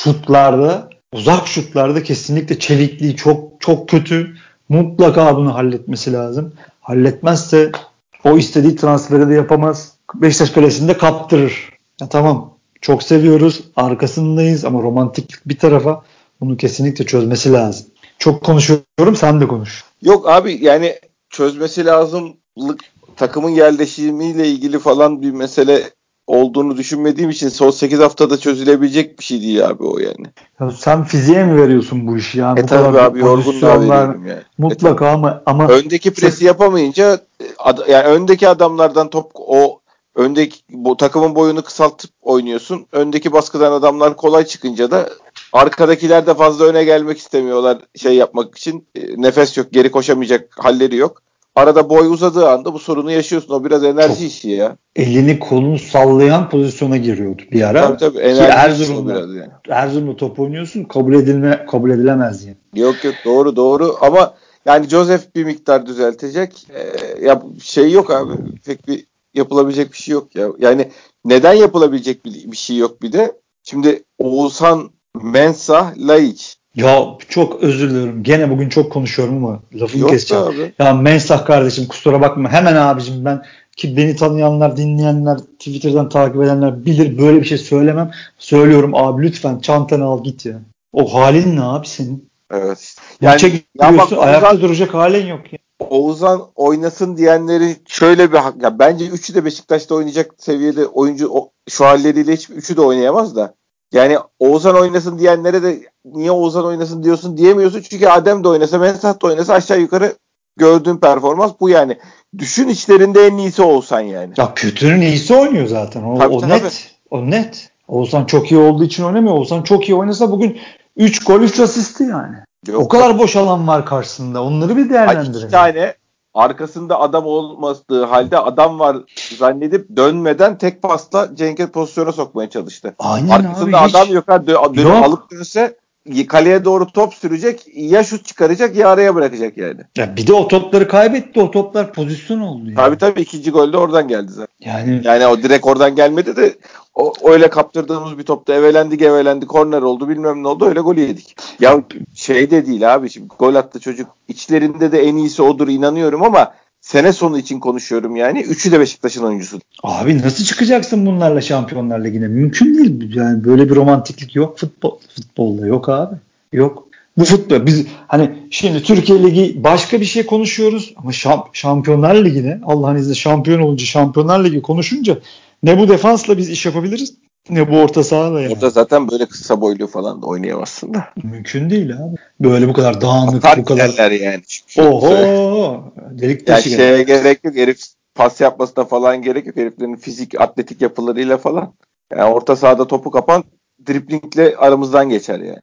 uzak şutlarda kesinlikle çevikliği çok çok kötü. Mutlaka bunu halletmesi lazım. Halletmezse o istediği transferi de yapamaz. Beşiktaş kalesinde kaptırır. Ya tamam çok seviyoruz. Arkasındayız ama romantiklik bir tarafa bunu kesinlikle çözmesi lazım. Çok konuşuyorum sen de konuş. Yok abi yani çözmesi lazımlık takımın yerleşimiyle ilgili falan bir mesele olduğunu düşünmediğim için son 8 haftada çözülebilecek bir şey değil abi o yani. Ya sen fiziğe mi veriyorsun bu işi? Yani bu tabii kadar abi yorgunluğa veriyorum yani. Mutlaka ama öndeki presi yapamayınca yani öndeki adamlardan bu takımın boyunu kısaltıp oynuyorsun. Öndeki baskıdan adamlar kolay çıkınca da arkadakiler de fazla öne gelmek istemiyorlar yapmak için. Nefes yok, geri koşamayacak halleri yok. Arada boy uzadığı anda bu sorunu yaşıyorsun. O biraz enerji işi ya. Elini kolunu sallayan pozisyona giriyordu bir ara. Tabii enerji işi o biraz yani. Erzurum'da top oynuyorsun kabul edilemez yani. Yok doğru ama yani Joseph bir miktar düzeltecek. Yok abi. Pek bir yapılabilecek bir şey yok ya. Yani neden yapılabilecek bir şey yok bir de? Şimdi Oğuzhan, Mensah, Laiç. Ya çok özür dilerim. Gene bugün çok konuşuyorum ama lafını keseceğim. Abi. Ya Mensah kardeşim kusura bakma. Hemen abicim ki beni tanıyanlar, dinleyenler, Twitter'dan takip edenler bilir böyle bir şey söylemem. Söylüyorum abi lütfen çantanı al git ya. O halin ne abi senin? Evet işte. Maça gidiyorsun ayakta duracak halin yok ya. Oğuzhan oynasın diyenleri bence üçü de Beşiktaş'ta oynayacak seviyede oyuncu şu halleriyle üçü de oynayamaz da. Yani Oğuzhan oynasın diyenlere de niye Oğuzhan oynasın diyorsun diyemiyorsun. Çünkü Adem de oynasa, Mensah da oynasa aşağı yukarı gördüğün performans bu yani. Düşün içlerinde en iyisi Oğuzhan yani. Ya kötünün iyisi oynuyor zaten. O net. O net. Oğuzhan çok iyi olduğu için oynamıyor. Oğuzhan çok iyi oynasa bugün 3 gol 3 asisti yani. Yok, o kadar boş alan var karşısında. Onları bir değerlendirelim. 2 tane arkasında adam olmadığı halde adam var zannedip dönmeden tek pasla Cenk'e pozisyona sokmaya çalıştı. Aynen arkasında abi, adam yok. Alıp dönse kaleye doğru top sürecek, ya şut çıkaracak ya araya bırakacak yani. Ya bir de o topları kaybetti. O toplar pozisyon oldu yani. Tabii ikinci gol de oradan geldi zaten. Yani o direkt oradan gelmedi de o öyle kaptırdığımız bir topta evelendi korner oldu bilmem ne oldu öyle golü yedik. Ya şey de değil abi şimdi gol attı çocuk içlerinde de en iyisi odur inanıyorum ama sene sonu için konuşuyorum yani. Üçü de Beşiktaş'ın oyuncusu. abi nasıl çıkacaksın bunlarla Şampiyonlar Ligi'ne? Mümkün değil. Yani böyle bir romantiklik yok futbolda yok abi. Yok. Bu futbol biz hani şimdi Türkiye Ligi başka bir şey konuşuyoruz ama Şampiyonlar Ligi'ne Allah'ın izniyle şampiyon olunca Şampiyonlar Ligi konuşunca ne bu defansla biz iş yapabiliriz ne bu orta sahayla yani. Orada zaten böyle kısa boylu falan da oynayamazsın da. Mümkün değil abi. Böyle bu kadar dağınık Atar bu kadar. yani. Oho. Delik Ya deşik. şeye gerek yok herif pas yapmasına falan gerek yok. Heriflerin fizik atletik yapılarıyla falan. Yani orta sahada topu kapan driblingle aramızdan geçer yani.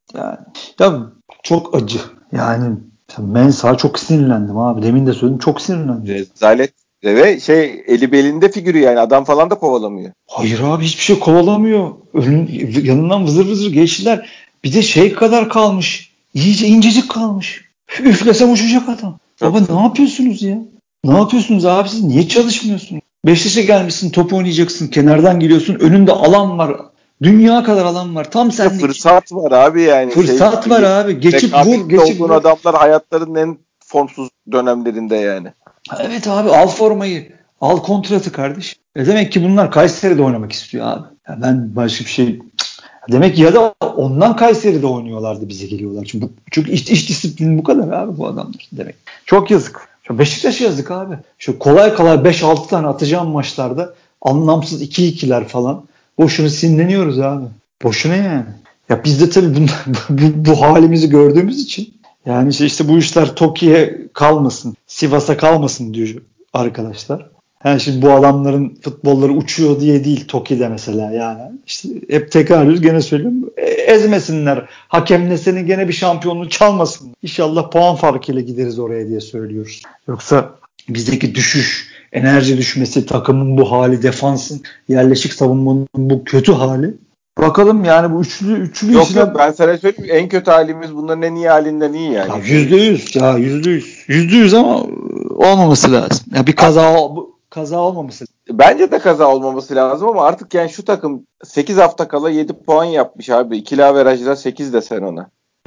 Ya çok acı. Yani Mensah'a çok sinirlendim abi. Demin de söyledim çok sinirlendim. Rezalet ve eli belinde figürü yani adam falan da kovalamıyor. Hayır abi hiçbir şey kovalamıyor. Yanından vızır vızır geçtiler. Bir de şey kadar kalmış. İyice incecik kalmış. Üflesem uçacak adam. Baba ne yapıyorsunuz ya? Ne yapıyorsunuz abi siz? Niye çalışmıyorsunuz? Beşiktaş'a gelmişsin top oynayacaksın. Kenardan geliyorsun. Önünde alan var. Dünya kadar alan var. Tam senlik. Fırsat var abi yani. Fırsat var abi. Geçip vur. Geçip vur. Adamlar hayatlarının en formsuz dönemlerinde yani. Evet abi al formayı. Al kontratı kardeş. Demek ki bunlar Kayseri'de oynamak istiyor abi. Ya ben başka bir şey... Demek ki ya da ondan Kayseri'de oynuyorlardı bize geliyorlar. Çünkü iş disiplini bu kadar abi bu adamlar demek. Çok yazık. Şu Beşiktaş yazık abi. Şu kolay 5-6 tane atacağım maçlarda anlamsız 2-2'ler falan. Boşuna sinirleniyoruz abi. Boşuna yani. Ya biz de tabii bu halimizi gördüğümüz için yani işte bu işler Tokyo'ya kalmasın, Sivas'a kalmasın diyor arkadaşlar. Yani şimdi bu adamların futbolları uçuyor diye değil Toki'de mesela yani. İşte hep tekrar ediyoruz gene söylüyorum. Ezmesinler. Hakemle gene bir şampiyonluğu çalmasın. İnşallah puan farkıyla gideriz oraya diye söylüyoruz. Yoksa bizdeki düşüş, enerji düşmesi, takımın bu hali, defansın, yerleşik savunmanın bu kötü hali. Bakalım yani bu üçlü Yok işine... yok ben sana söyleyeyim en kötü halimiz bunların en iyi halinden iyi yani. %100 ya %100. %100 ama olmaması lazım. Ya bir kaza olmaması lazım. Bence de kaza olmaması lazım ama artık yani şu takım 8 hafta kala 7 puan yapmış abi. İkili averajda 8 desen ona.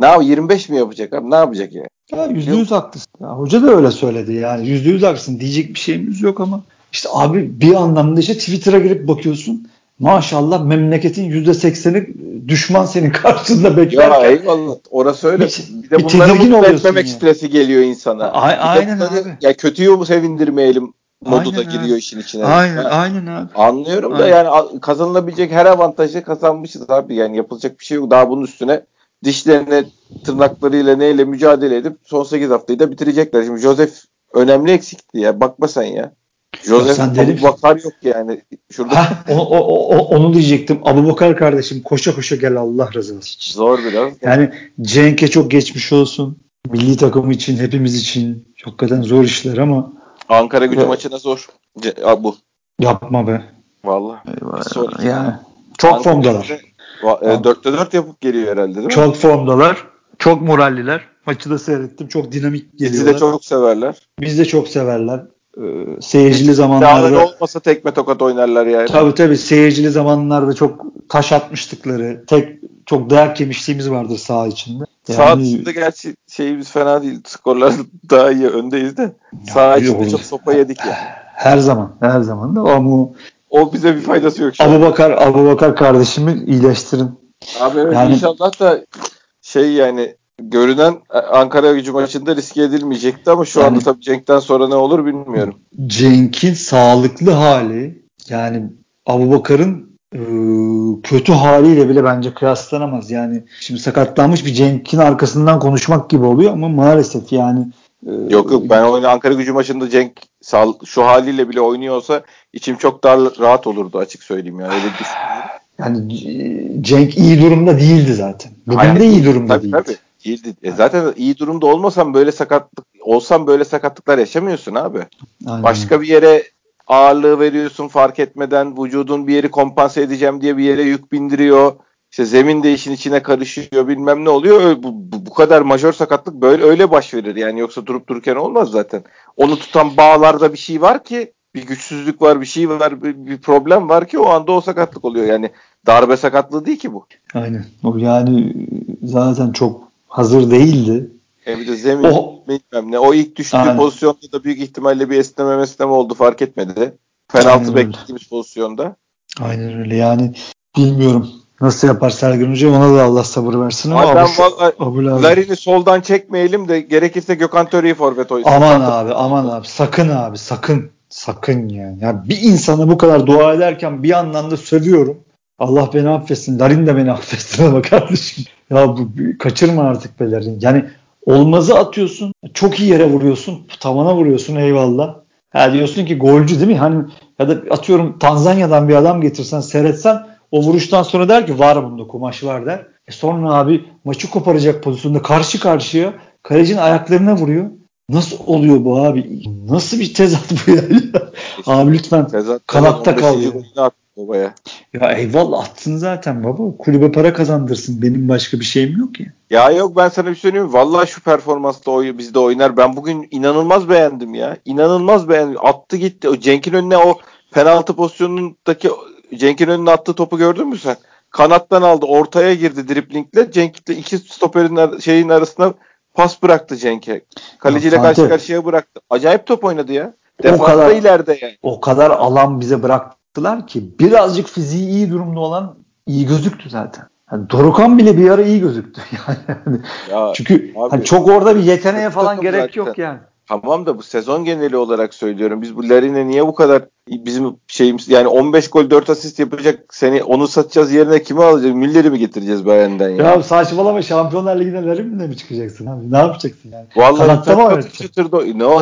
25 mi yapacak abi? Ne yapacak yani? Ya %100 haklısın. Ya, hoca da öyle söyledi yani. %100 haklısın. Diyecek bir şeyimiz yok ama işte abi bir anlamda işte Twitter'a girip bakıyorsun. Maşallah memleketin %80'i düşman senin karşında beklerken. Ya eyvallah. Orası öyle. Bir de bunları tedirgin mutlu oluyorsun etmemek yani. stresi geliyor insana. Aynen abi. Ya kötüyü mu sevindirmeyelim modu da Aynen giriyor abi. işin içine. Aynen abi. Anlıyorum da Aynen. yani kazanılabilecek her avantajı kazanmışız abi. Yani yapılacak bir şey yok. Daha bunun üstüne dişlerine, tırnaklarıyla neyle mücadele edip son 8 haftayı da bitirecekler. Şimdi Joseph önemli eksikti ya. Bakma sen ya. Joseph Abubakar yok yani. Şurada. Onu diyecektim. Abubakar kardeşim koşa koşa gel Allah razı olsun. Zor biraz. Yani Cenk'e çok geçmiş olsun. Milli takım için, hepimiz için çok kadar zor işler ama Ankara Gücü maçına zor. Bu. Yapma be. Vallahi. Yani çok formdalar. 4'te 4 yapıp geliyor herhalde değil mi? Çok formdalar. Çok moralliler. Maçı da seyrettim. Çok dinamik geliyorlar. Bizi de çok severler. Biz de çok severler. Seyircili zamanlarda olmasa tekme tokat oynarlar yani. Tabii seyircili zamanlarda çok taş atmıştıkları, çok dayak yemişliğimiz vardır saha içinde. Sağ dışında gerçi şeyimiz fena değil. Skorlar daha iyi öndeyiz de. Sağ içinde çok sopa yedik ya. Her zaman da ama o bize bir faydası yok şu an. Abubakar kardeşimi iyileştirin. Abi evet yani, inşallah da yani görünen Ankara Gücü maçında riske edilmeyecekti ama şu anda tabii Cenk'ten sonra ne olur bilmiyorum. Cenk'in sağlıklı hali yani Abubakar'ın kötü haliyle bile bence kıyaslanamaz. Yani şimdi sakatlanmış bir Cenk'in arkasından konuşmak gibi oluyor ama maalesef yani yok ben Ankara Gücü maçında Cenk şu haliyle bile oynuyorsa içim çok daha rahat olurdu açık söyleyeyim yani öyle düşünüyorum. Yani Cenk iyi durumda değildi zaten. Bugün de iyi durumda değildi. Tabii. Değildi. Zaten iyi durumda olmasam böyle sakatlıklar yaşamıyorsun abi. Aynen. Başka bir yere ağırlığı veriyorsun fark etmeden vücudun bir yeri kompanse edeceğim diye bir yere yük bindiriyor. İşte zemin de işin içine karışıyor, bilmem ne oluyor. Bu kadar majör sakatlık böyle öyle baş verir yani, yoksa durup dururken olmaz zaten. Onu tutan bağlarda bir şey var ki, bir güçsüzlük var, bir şey var, bir problem var ki o anda o sakatlık oluyor. Yani darbe sakatlığı değil ki bu. Aynen. O yani zaten çok hazır değildi. Bir de zemin bilmem ne. O ilk düştüğü aynen. pozisyonda da büyük ihtimalle bir esneme oldu, fark etmedi. Penaltı beklediğimiz pozisyonda. Aynen öyle. Yani bilmiyorum nasıl yapar Sergen Hoca, ona da Allah sabır versin ama Abi ben vallahi Larin'i soldan çekmeyelim de gerekirse Gökhan Töre'yi forvet oynasın. Aman abi sakın yani. Ya bir insana bu kadar dua ederken bir yandan da sövüyorum. Allah beni affetsin. Larin de beni affetsin ama kardeşim. Ya kaçırma artık be Larin. Yani olmazı atıyorsun. Çok iyi yere vuruyorsun. Tavana vuruyorsun, eyvallah. Ha diyorsun ki golcü değil mi? Hani ya da atıyorum Tanzanya'dan bir adam getirsen, seyretsen, o vuruştan sonra der ki var bunda kumaş var der. Sonra abi maçı koparacak pozisyonda karşı karşıya kalecinin ayaklarına vuruyor. Nasıl oluyor bu abi? Nasıl bir tezat bu yani? Abi lütfen kanatta kal ya. Ya eyvallah atsın zaten baba. Kulübe para kazandırsın. Benim başka bir şeyim yok ya. Ya yok, ben sana bir söyleyeyim mi? Vallahi şu performansla bizde oynar. Ben bugün inanılmaz beğendim ya. İnanılmaz beğendim. Attı gitti. O Cenk'in önüne, o penaltı pozisyonundaki Cenk'in önüne attığı topu gördün mü sen? Kanattan aldı. Ortaya girdi driblingle. Cenk'le iki stoperin şeyin arasına pas bıraktı Cenk'e. Kaleciyle karşı karşıya bıraktı. Acayip top oynadı ya. Defansta ileride yani. O kadar alan bize bıraktılar ki birazcık fiziği iyi durumda olan iyi gözüktü zaten. Yani Dorukhan bile bir ara iyi gözüktü. Yani ya, çünkü abi, hani çok orada bir yeteneğe falan gerek zaten yok yani. Tamam da bu sezon geneli olarak söylüyorum. Biz bu Larin'e niye bu kadar, bizim şeyimiz yani 15 gol 4 asist yapacak, seni onu satacağız, yerine kimi alacağız? Müller'i mi getireceğiz Bayern'den ya? Ya saçmalama, Şampiyonlar Ligi'ne Larin'le mi çıkacaksın abi? Ne yapacaksın yani? Vallahi çatır çatır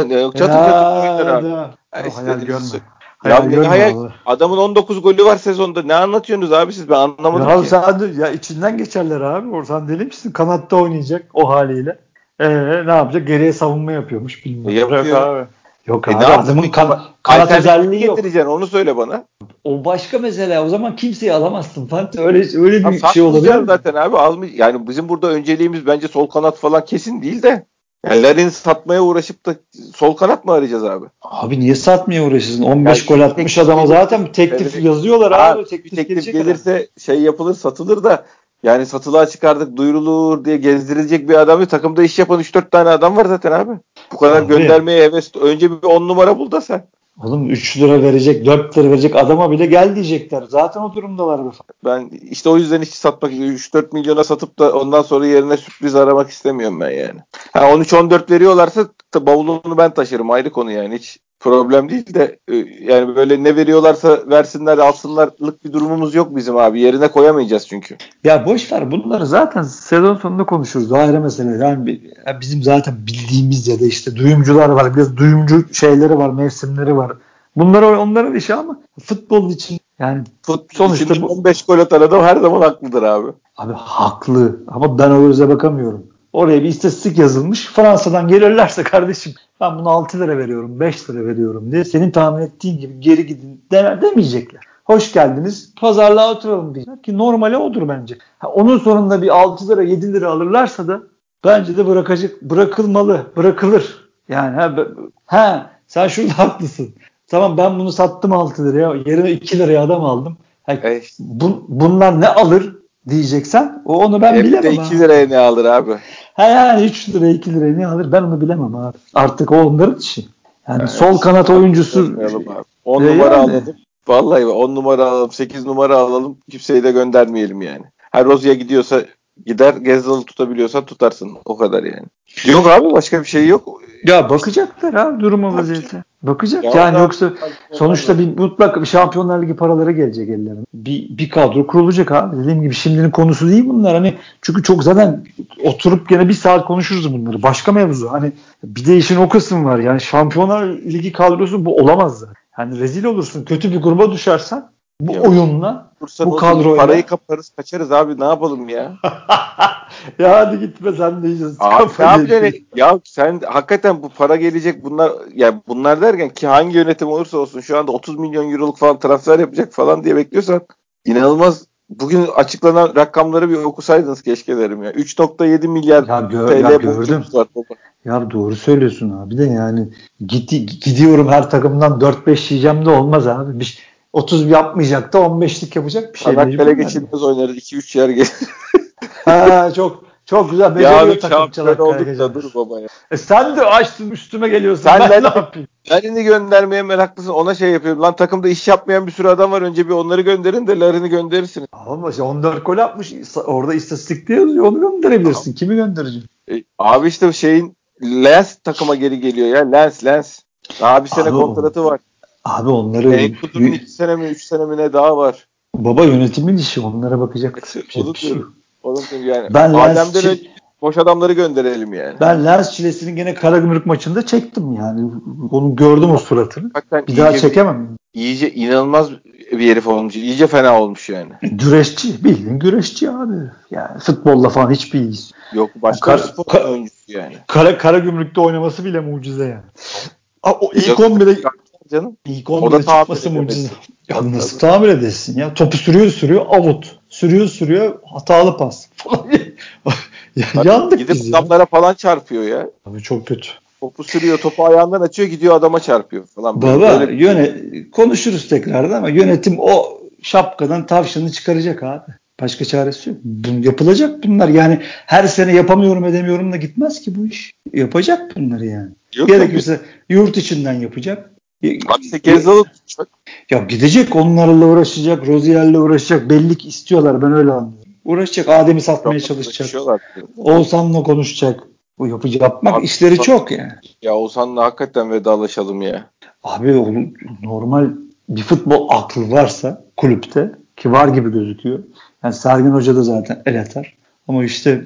oynar abi. Hayal görme. Hayal, adamın 19 golü var sezonda. Ne anlatıyorsunuz abi siz? Ben anlamadım ya ki. Ya içinden geçerler abi. Orsan deli misin? Kanatta oynayacak o haliyle. Ne yapacak? Geriye savunma yapıyormuş. Bilmiyorum. Yapıyor. Abi. Yok abi. Adamın kanat özelliği yok. Getireceksin, onu söyle bana. O başka mesele. O zaman kimseyi alamazsın Fatih. Öyle bir şey olabilir mi? Zaten abi almış. Yani bizim burada önceliğimiz bence sol kanat falan kesin değil de. Yani Larin'i satmaya uğraşıp da sol kanat mı arayacağız abi? Abi niye satmaya uğraşırsın? 15 gol atmış adama zaten teklif yazıyorlar abi. Teklif gelirse yapılır, satılır da yani satılığa çıkardık, duyurulur diye gezdirilecek bir adam yok. Takımda iş yapan 3-4 tane adam var zaten abi. Bu kadar abi, göndermeye heves. Önce bir 10 numara bul da sen. Oğlum 3 lira verecek, 4 lira verecek adama bile gel diyecekler. Zaten o durumdalar. Ben işte o yüzden hiç satmak, 3-4 milyona satıp da ondan sonra yerine sürpriz aramak istemiyorum ben yani. 13-14 veriyorlarsa bavulunu ben taşırım, ayrı konu yani, hiç problem değil de yani böyle ne veriyorlarsa versinler, alsınlarlık bir durumumuz yok bizim abi. Yerine koyamayacağız çünkü. Ya boş ver bunları, zaten sezon sonunda konuşuruz. O ayrı mesele. Yani bizim zaten bildiğimiz ya da işte duyumcular var. Biraz duyumcu şeyleri var, mevsimleri var. Bunlar onların işi ama futbol için yani sonuçta 15 gol atan adam her zaman haklıdır abi. Abi haklı ama ben o göze bakamıyorum. Oraya bir istatistik yazılmış. Fransa'dan gelirlerse kardeşim ben bunu 6 lira veriyorum, 5 lira veriyorum diye senin tahmin ettiğin gibi geri gidin demeyecekler. Hoş geldiniz, pazarlığa oturalım diyecekler ki normali odur bence. Onun sonunda bir 6 lira 7 lira alırlarsa da bence de bırakılır. Yani sen şurada haklısın. Tamam, ben bunu sattım 6 liraya, yerine 2 liraya adam aldım. Bunlar ne alır diyeceksen onu ben bilemem. Bir de 2 liraya ne alır abi? Yani 3 liraya 2 liraya ne alır ben onu bilemem abi. Artık o onların işi. Yani sol kanat oyuncusu 10 numara alalım. Vallahi 10 numara alalım, 8 numara alalım. Kimseyi de göndermeyelim yani. Rozya gidiyorsa gider, Gezzal'ı tutabiliyorsa tutarsın. O kadar yani. Yok abi, başka bir şey yok. Ya bakacaklar abi duruma, vaziyete. Bakacak yani, yoksa sonuçta mutlaka bir Şampiyonlar Ligi paraları gelecek ellerine. Bir kadro kurulacak abi. Dediğim gibi şimdinin konusu değil bunlar. Hani çünkü çok zaten oturup gene bir saat konuşuruz bunları. Başka mevzu. Hani bir de işin o kısım var. Yani Şampiyonlar Ligi kadrosu bu olamaz zaten. Yani rezil olursun. Kötü bir gruba düşersen bu oyunla, bu kadroyla. Parayı kaparız, kaçarız abi, ne yapalım ya? Ya hadi gitme sen de iyice. Ya sen hakikaten bu para gelecek, bunlar derken ki hangi yönetim olursa olsun şu anda 30 milyon euroluk falan transfer yapacak falan diye bekliyorsan inanılmaz bugün açıklanan rakamları bir okusaydınız keşke derim ya. 3.7 milyar TL gördüm. var baba. Ya doğru söylüyorsun abi de yani gidiyorum her takımdan 4-5 yiyeceğim de olmaz abi. 30 yapmayacak da 15'lik yapacak bir şey. Çanakkale geçilmez oynarız. 2-3 yer gelir. Ha, çok güzel beceriyor takım Çanakkale olduk da dur baba ya. Sen de açtın üstüme geliyorsun. Sen ben ne yapayım? Larin'i göndermeye meraklısın. Ona şey yapıyorum. Lan takımda iş yapmayan bir sürü adam var. Önce bir onları gönderin de Larin'i gönderirsiniz. Ama 14 gol atmış. Orada istatistikte yazıyor. Onu gönderebilirsin. Tamam. Kimi göndereceksin? Abi işte Lens takıma geri geliyor ya. Lens. Daha bir sene kontratı var. Abi onları... Enkudu'nun 2 sene mi 3 sene mi ne daha var. Baba yönetimin işi. Onlara bakacak. Oğlum yani. Ben Adem'den önce boş adamları gönderelim yani. Ben Lens çilesini gene Karagümrük maçında çektim yani. Onu gördüm o suratını. Hakikaten bir daha çekemem. İyice inanılmaz bir herif olmuş. İyice fena olmuş yani. Güreşçi. Bildiğin güreşçi abi. Yani futbolla falan hiçbir ilgisi. Yok başka spor oyuncusu yani. Karagümrük'te oynaması bile mucize yani. O ilk 11'de canım. İlk 11'de çıkması mucize. Ya nasıl tamir edesin ya? Topu sürüyor avut. Sürüyor hatalı pas. Yandık gidip biz ya. adamlara falan çarpıyor ya. Abi çok kötü. Topu sürüyor, topu ayağından açıyor, gidiyor adama çarpıyor falan. Baba konuşuruz tekrardan ama yönetim o şapkadan tavşanı çıkaracak abi. Başka çaresi yok. Yapılacak bunlar. Yani her sene yapamıyorum edemiyorum da gitmez ki bu iş. Yapacak bunları yani. Gerekirse yurt içinden yapacak. Abi Gezdalı tutacak. Ya gidecek onlarla uğraşacak. Rozier'le uğraşacak. Belli ki istiyorlar. Ben öyle anlıyorum. Uğraşacak. Adem'i satmaya çalışacak. Oğuzhan'la konuşacak. Bu yapmak abi, işleri çok yani. Ya Oğuzhan'la hakikaten vedalaşalım ya. Abi normal bir futbol aklı varsa kulüpte ki var gibi gözüküyor. Yani Sergen Hoca da zaten el atar. Ama işte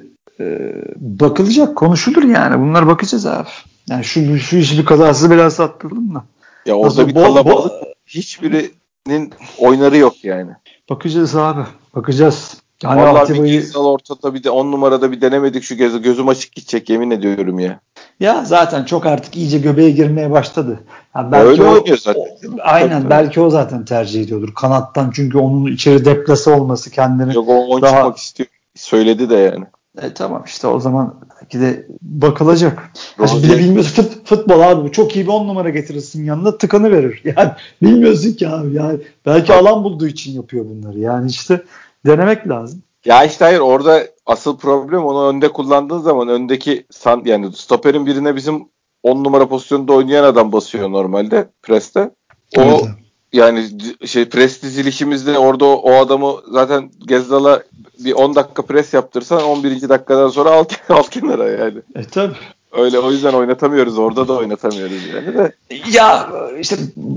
bakılacak, konuşulur yani. Bunlar bakacağız abi. Yani şu işi bir kazasız belası attırdım da. Ya orada nasıl, bir kalabalık hiçbirinin oynarı yok yani. Bakacağız abi. Bakacağız. Yani vallahi bir Gezdal ortada bir de 10 numarada bir denemedik şu gözüm açık gidecek yemin ediyorum ya. Ya zaten çok artık iyice göbeğe girmeye başladı. Yani belki öyle oynuyor zaten. Aynen belki o zaten tercih ediyordur. Kanattan çünkü onun içeri deplase olması kendini. Yok o daha... çıkmak istiyor. Söyledi de yani. Tamam işte o zaman belki de bakılacak. Bir de bilmiyorsun futbol abi çok iyi bir 10 numara getirirsin yanına tıkanı verir. Yani bilmiyorsun ki abi yani belki alan bulduğu için yapıyor bunları. Yani işte denemek lazım. Ya işte hayır orada asıl problem onu önde kullandığın zaman öndeki yani stoperin birine bizim 10 numara pozisyonunda oynayan adam basıyor normalde preste. O yani pres dizilişimizde orada o adamı zaten Gezdal'a bir 10 dakika pres yaptırsan 11. dakikadan sonra alt kenara yani. Tabii. Öyle o yüzden oynatamıyoruz. Orada da oynatamıyoruz yani de. Ya işte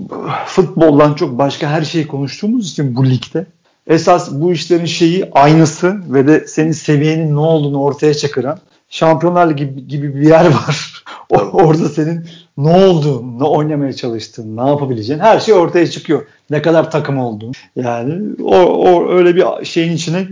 futboldan çok başka her şeyi konuştuğumuz için bu ligde esas bu işlerin aynısı ve de senin seviyenin ne olduğunu ortaya çıkaran Şampiyonlar Ligi gibi bir yer var. Orada senin ne olduğunu, ne oynamaya çalıştığın, ne yapabileceğin her şey ortaya çıkıyor. Ne kadar takım olduğunu. Yani o öyle bir şeyin içine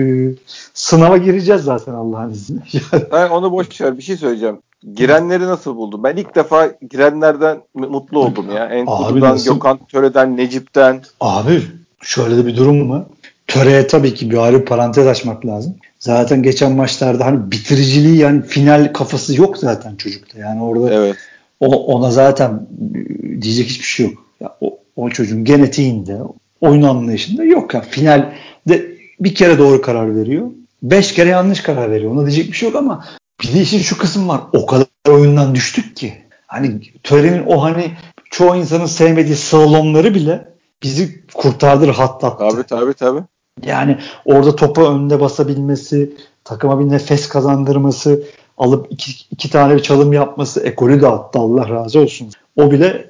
sınava gireceğiz zaten Allah'ın izniyle. Ben onu boş ver bir şey söyleyeceğim. Girenleri nasıl buldun? Ben ilk defa girenlerden mutlu oldum ya. Enkudu'dan, Gökhan Töre'den, Necip'ten. Abi şöyle de bir durum mu? Töre'ye tabii ki bir ayrı parantez açmak lazım. Zaten geçen maçlarda hani bitiriciliği yani final kafası yok zaten çocukta. Yani orada evet. Ona zaten diyecek hiçbir şey yok. Ya o çocuğun genetiğinde, oyun anlayışında yok ya. Finalde bir kere doğru karar veriyor. 5 kere yanlış karar veriyor. Ona diyecek bir şey yok ama bir de işin şu kısım var. O kadar oyundan düştük ki. Hani Töre'nin o hani çoğu insanın sevmediği slalomları bile bizi kurtardı, rahatlattı. Tabii. Yani orada topa önde basabilmesi, takıma bir nefes kazandırması, alıp iki tane bir çalım yapması, ekolü de attı Allah razı olsun. O bile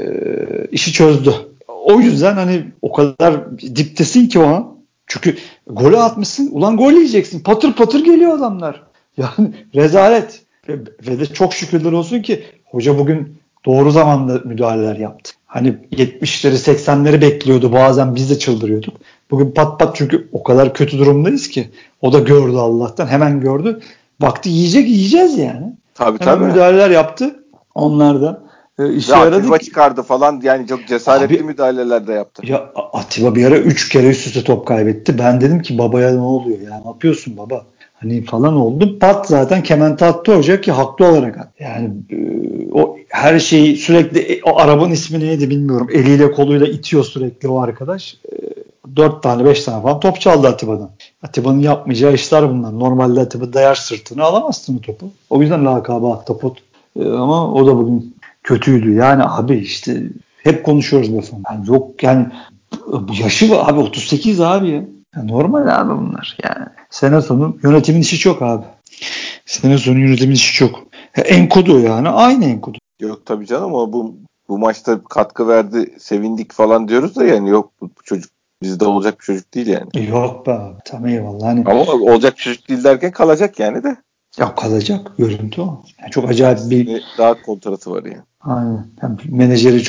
işi çözdü. O yüzden hani o kadar diptesin ki o an. Çünkü golü atmışsın. Ulan gol yiyeceksin. Patır patır geliyor adamlar. Yani rezalet. Ve de çok şükürler olsun ki hoca bugün doğru zamanda müdahaleler yaptı. Hani 70'leri 80'leri bekliyordu. Bazen biz de çıldırıyorduk. Bugün pat pat çünkü o kadar kötü durumdayız ki. O da gördü Allah'tan. Hemen gördü. Baktı yiyeceğiz yani. Tabii. Müdahaleler yaptı. Onlar da İşe Ve yaradı Atiba ki. çıkardı falan, yani çok cesaretli Abi, müdahaleler de yaptı. ya Atiba bir ara 3 kere üst üste top kaybetti. Ben dedim ki babaya ne oluyor ya? Ne yapıyorsun baba? Hani falan oldu. Pat zaten kemente attı hoca ki haklı olarak attı. Yani o her şeyi sürekli o arabanın ismi neydi bilmiyorum. Eliyle koluyla itiyor sürekli o arkadaş. 4 tane 5 tane falan top çaldı Atiba'dan. Atiba'nın yapmayacağı işler bunlar. Normalde Atiba dayar sırtını alamazsın o topu. O yüzden lakabı Ahtapot. Ama o da bugün kötüydü. Yani abi işte hep konuşuyoruz bu falan. Yani yok yani yaşı var abi 38 abi ya. Ya normal abi bunlar yani. Sene sonu yönetimin işi çok abi. Sene sonu yönetimin işi çok. Enkodu yani aynı Enkodu. Yok tabii canım, ama bu maçta katkı verdi, sevindik falan diyoruz da yani yok, bu çocuk bizde olacak bir çocuk değil yani. Yok be abi tamam eyvallah. Hani Ama olacak bir çocuk değil derken kalacak yani de. ya kalacak görüntü o. Yani çok Yani acayip bir daha kontratı var yani. aynen. Yani menajeri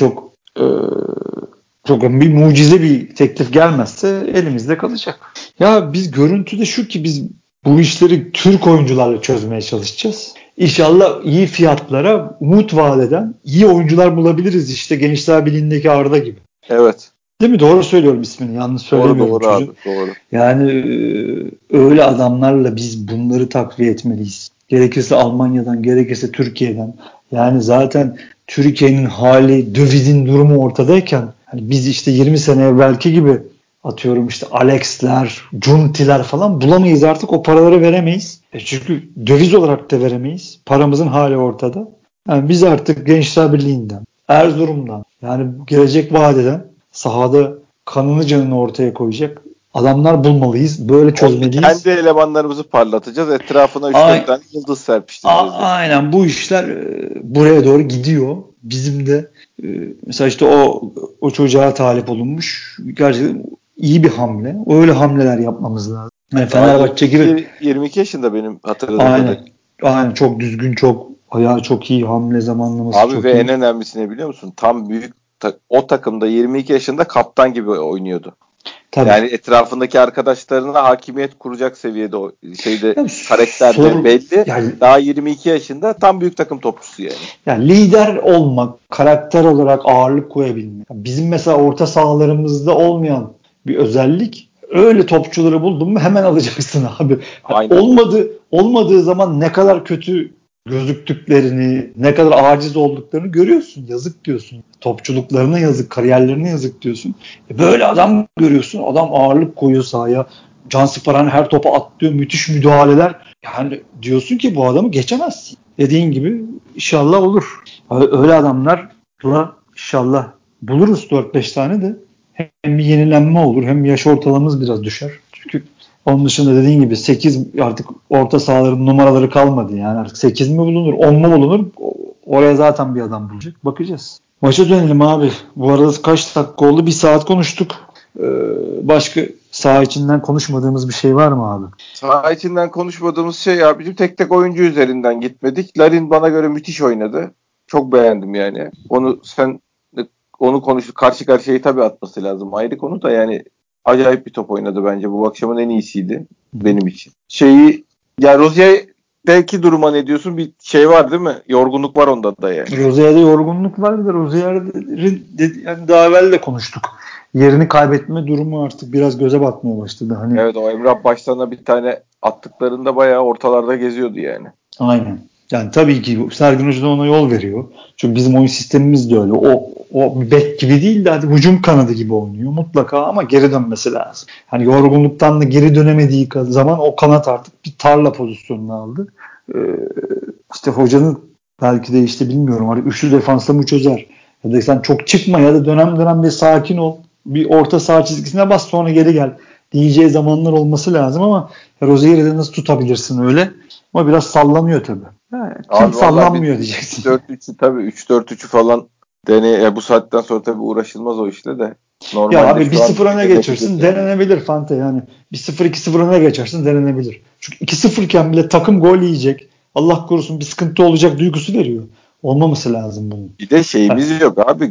çok bir mucize bir teklif gelmezse elimizde kalacak. Ya biz görüntüde şu ki biz bu işleri Türk oyuncularla çözmeye çalışacağız. İnşallah iyi fiyatlara umut vaat eden iyi oyuncular bulabiliriz işte Gençler Birliği'ndeki Arda gibi. Evet. Değil mi? Doğru söylüyorum ismini. Yanlış Doğru söylemiyorum doğru abi, çocuğun. doğru. Yani öyle adamlarla biz bunları takviye etmeliyiz. Gerekirse Almanya'dan, gerekirse Türkiye'den. Yani zaten Türkiye'nin hali, dövizin durumu ortadayken hani biz işte 20 sene evvelki gibi atıyorum işte Alex'ler, Cunti'ler falan bulamayız artık o paraları veremeyiz. Çünkü döviz olarak da veremeyiz. Paramızın hali ortada. Yani biz artık Gençler Birliği'nden, Erzurum'dan yani gelecek vadeden sahada kanını canını ortaya koyacak adamlar bulmalıyız. Böyle Orada çözmeliyiz. kendi elemanlarımızı parlatacağız. Etrafına 3-4 A- tane yıldız serpiştireceğiz yani. aynen bu işler buraya doğru gidiyor. Bizim de mesela işte o çocuğa talip olunmuş. Gerçekten iyi bir hamle. Öyle hamleler yapmamız lazım. Yani Daha Fenerbahçe gibi 22 yaşında benim hatırladığım aynen. kadarıyla. Aynen çok düzgün, çok ayağı çok iyi, hamle zamanlaması Abi ve çok en iyi. önemlisi ne biliyor musun? Tam o takımda 22 yaşında kaptan gibi oynuyordu. Tabii. Yani etrafındaki arkadaşlarına hakimiyet kuracak seviyede, o şeyde Yani karakterde belli. yani Daha 22 yaşında tam büyük takım topçusu yani. yani lider olmak, karakter olarak ağırlık koyabilmek. Bizim mesela orta sahalarımızda olmayan bir özellik. Öyle topçuları buldun mu hemen alacaksın abi. Yani Aynen. olmadığı zaman ne kadar kötü gözüktüklerini, ne kadar aciz olduklarını görüyorsun. Yazık diyorsun. Topçuluklarına yazık, kariyerlerine yazık diyorsun. Böyle adam görüyorsun. Adam ağırlık koyuyor sahaya. Cansiparan her topa atlıyor. Müthiş müdahaleler. Yani diyorsun ki bu adamı geçemezsin. Dediğin gibi inşallah olur. Öyle adamlarla inşallah buluruz 4-5 tane de hem bir yenilenme olur hem yaş ortalamamız biraz düşer. Çünkü onun dışında dediğin gibi 8 artık orta sahaların numaraları kalmadı. Yani artık 8 mi bulunur 10 mu bulunur oraya zaten bir adam bulacak. Bakacağız. Maça dönelim abi. Bu arada kaç dakika oldu? Bir saat konuştuk. Başka saha içinden konuşmadığımız bir şey var mı abi? Saha içinden konuşmadığımız şey ya, bizim tek tek oyuncu üzerinden gitmedik. Larin bana göre müthiş oynadı. Çok beğendim yani. Onu konuştuk. Karşı karşıyayı tabii atması lazım. Ayrı konu da yani acayip bir top oynadı bence. Bu akşamın en iyisiydi benim için. Ya Rozier belki duruma ne diyorsun? Bir şey var değil mi? Yorgunluk var onda da yani. Rozier'de yorgunluk var da Rozier'in yani daha evvel de konuştuk. Yerini kaybetme durumu artık biraz göze batmaya başladı. Hani Evet, o Emrah Baştan'a bir tane attıklarında bayağı ortalarda geziyordu yani. aynen. Yani tabii ki Sergen Hoca da ona yol veriyor. Çünkü bizim oyun sistemimiz de öyle. O bir bek gibi değil de hadi hücum kanadı gibi oynuyor mutlaka ama geri dönmesi lazım. Hani yorgunluktan da geri dönemediği zaman o kanat artık bir tarla pozisyonunu aldı. Ee, işte hocanın belki de işte bilmiyorum artık üçlü defansla mı çözer? Ya da sen çok çıkma ya da dönem dönem bir sakin ol. Bir orta saha çizgisine bas sonra geri gel diyeceği zamanlar olması lazım ama Rozier'i de nasıl tutabilirsin öyle? Ama biraz sallanıyor tabii. Ha, kim Abi vallahi biz sallanmıyor diyeceksin. 3-4-3'ü tabii 3-4-3'ü falan bu saatten sonra tabii uğraşılmaz o işle de. Ya Normalde abi bir şu an sıfır öne denenebilir geçersin yani. denenebilir Fante yani. Bir sıfır iki sıfır öne geçersin denenebilir. Çünkü 2-0 iken bile takım gol yiyecek. Allah korusun bir sıkıntı olacak duygusu veriyor. Olmaması lazım bunun. Bir de Ha, şeyimiz yok abi.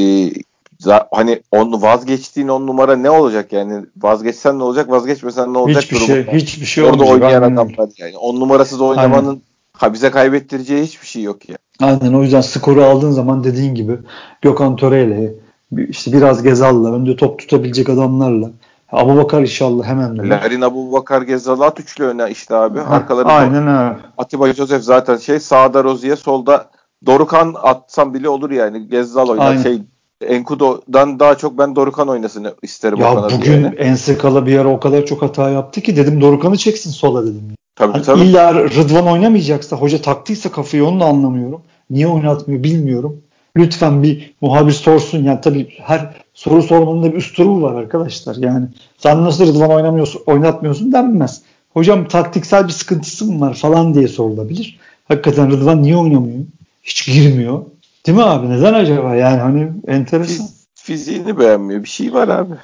Hani vazgeçtiğin 10 numara ne olacak yani? Vazgeçsen ne olacak, vazgeçmesen ne olacak hiçbir şey durumunda. hiçbir şey Orada olmayacak. oynayan Aynen öyle. adamlar yani. 10 numarasız Aynen. oynamanın bize kaybettireceği hiçbir şey yok ya. Aynen, o yüzden skoru aldığın zaman dediğin gibi Gökhan Töre'yle işte biraz Gezal'la önde top tutabilecek adamlarla Abubakar inşallah hemen döner. Larin, Abubakar, Gezal at üçlü öne işte abi. Arkaları aynen öyle. Atiba Joseph zaten sağda Rozier, solda Dorukhan atsam bile olur yani. Gezal oynar. Aynen. Enkudu'dan daha çok ben Dorukhan oynasın isterim o Ya kanadı bugün yani. Ensekala bir ara o kadar çok hata yaptı ki dedim Dorukhan'ı çeksin sola dedim. Tabii Hani tabii. İlla Rıdvan oynamayacaksa, hoca taktıysa kafayı, onu da anlamıyorum. Niye oynatmıyor bilmiyorum. Lütfen bir muhabir sorsun. Yani tabii her soru sormanın da bir üslubu var arkadaşlar. Yani sen nasıl Rıdvan oynatmıyorsun denmez. Hocam taktiksel bir sıkıntısı mı var falan diye sorulabilir. Hakikaten Rıdvan niye oynamıyor? Hiç girmiyor. Değil mi abi? Neden acaba? Yani hani enteresan. Fiziğini beğenmiyor. Bir şey var abi.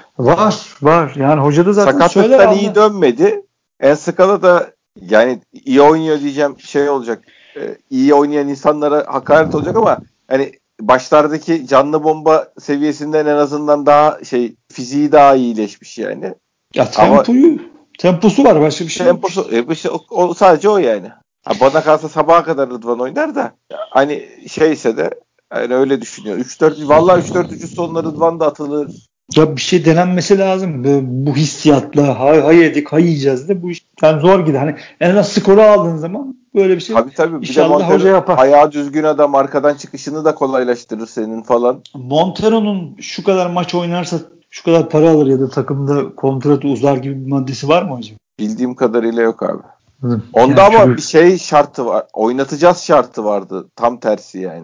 Var. Yani hoca da zaten söyler Sakatlıktan iyi Allah. dönmedi. Enskala da yani iyi oynuyor diyeceğim olacak. İyi oynayan insanlara hakaret olacak ama hani başlardaki canlı bomba seviyesinden en azından daha fiziği daha iyileşmiş yani. Ya Ama temposu var, başka bir şey yok. temposu o sadece o yani. Bana kalsa sabaha kadar Rıdvan oynar da hani ise de yani öyle düşünüyor. 3-4 vallahi 3-4-3 sonuna Rıdvan da atılır. Ya bir şey denenmesi lazım. Bu hissiyatla hay yedik, hay yiyeceğiz de bu iş yani zor gider. Hani en azından skoru aldığın zaman böyle bir şey Tabii. Bir de inşallah hoca Montero yapar. ayağı düzgün adam, arkadan çıkışını da kolaylaştırır senin falan. Montero'nun şu kadar maç oynarsa şu kadar para alır ya da takımda kontratı uzar gibi bir maddesi var mı hocam? Bildiğim kadarıyla yok abi. Hı. Onda Yani ama çünkü bir şartı var. Oynatacağız şartı vardı. Tam tersi yani.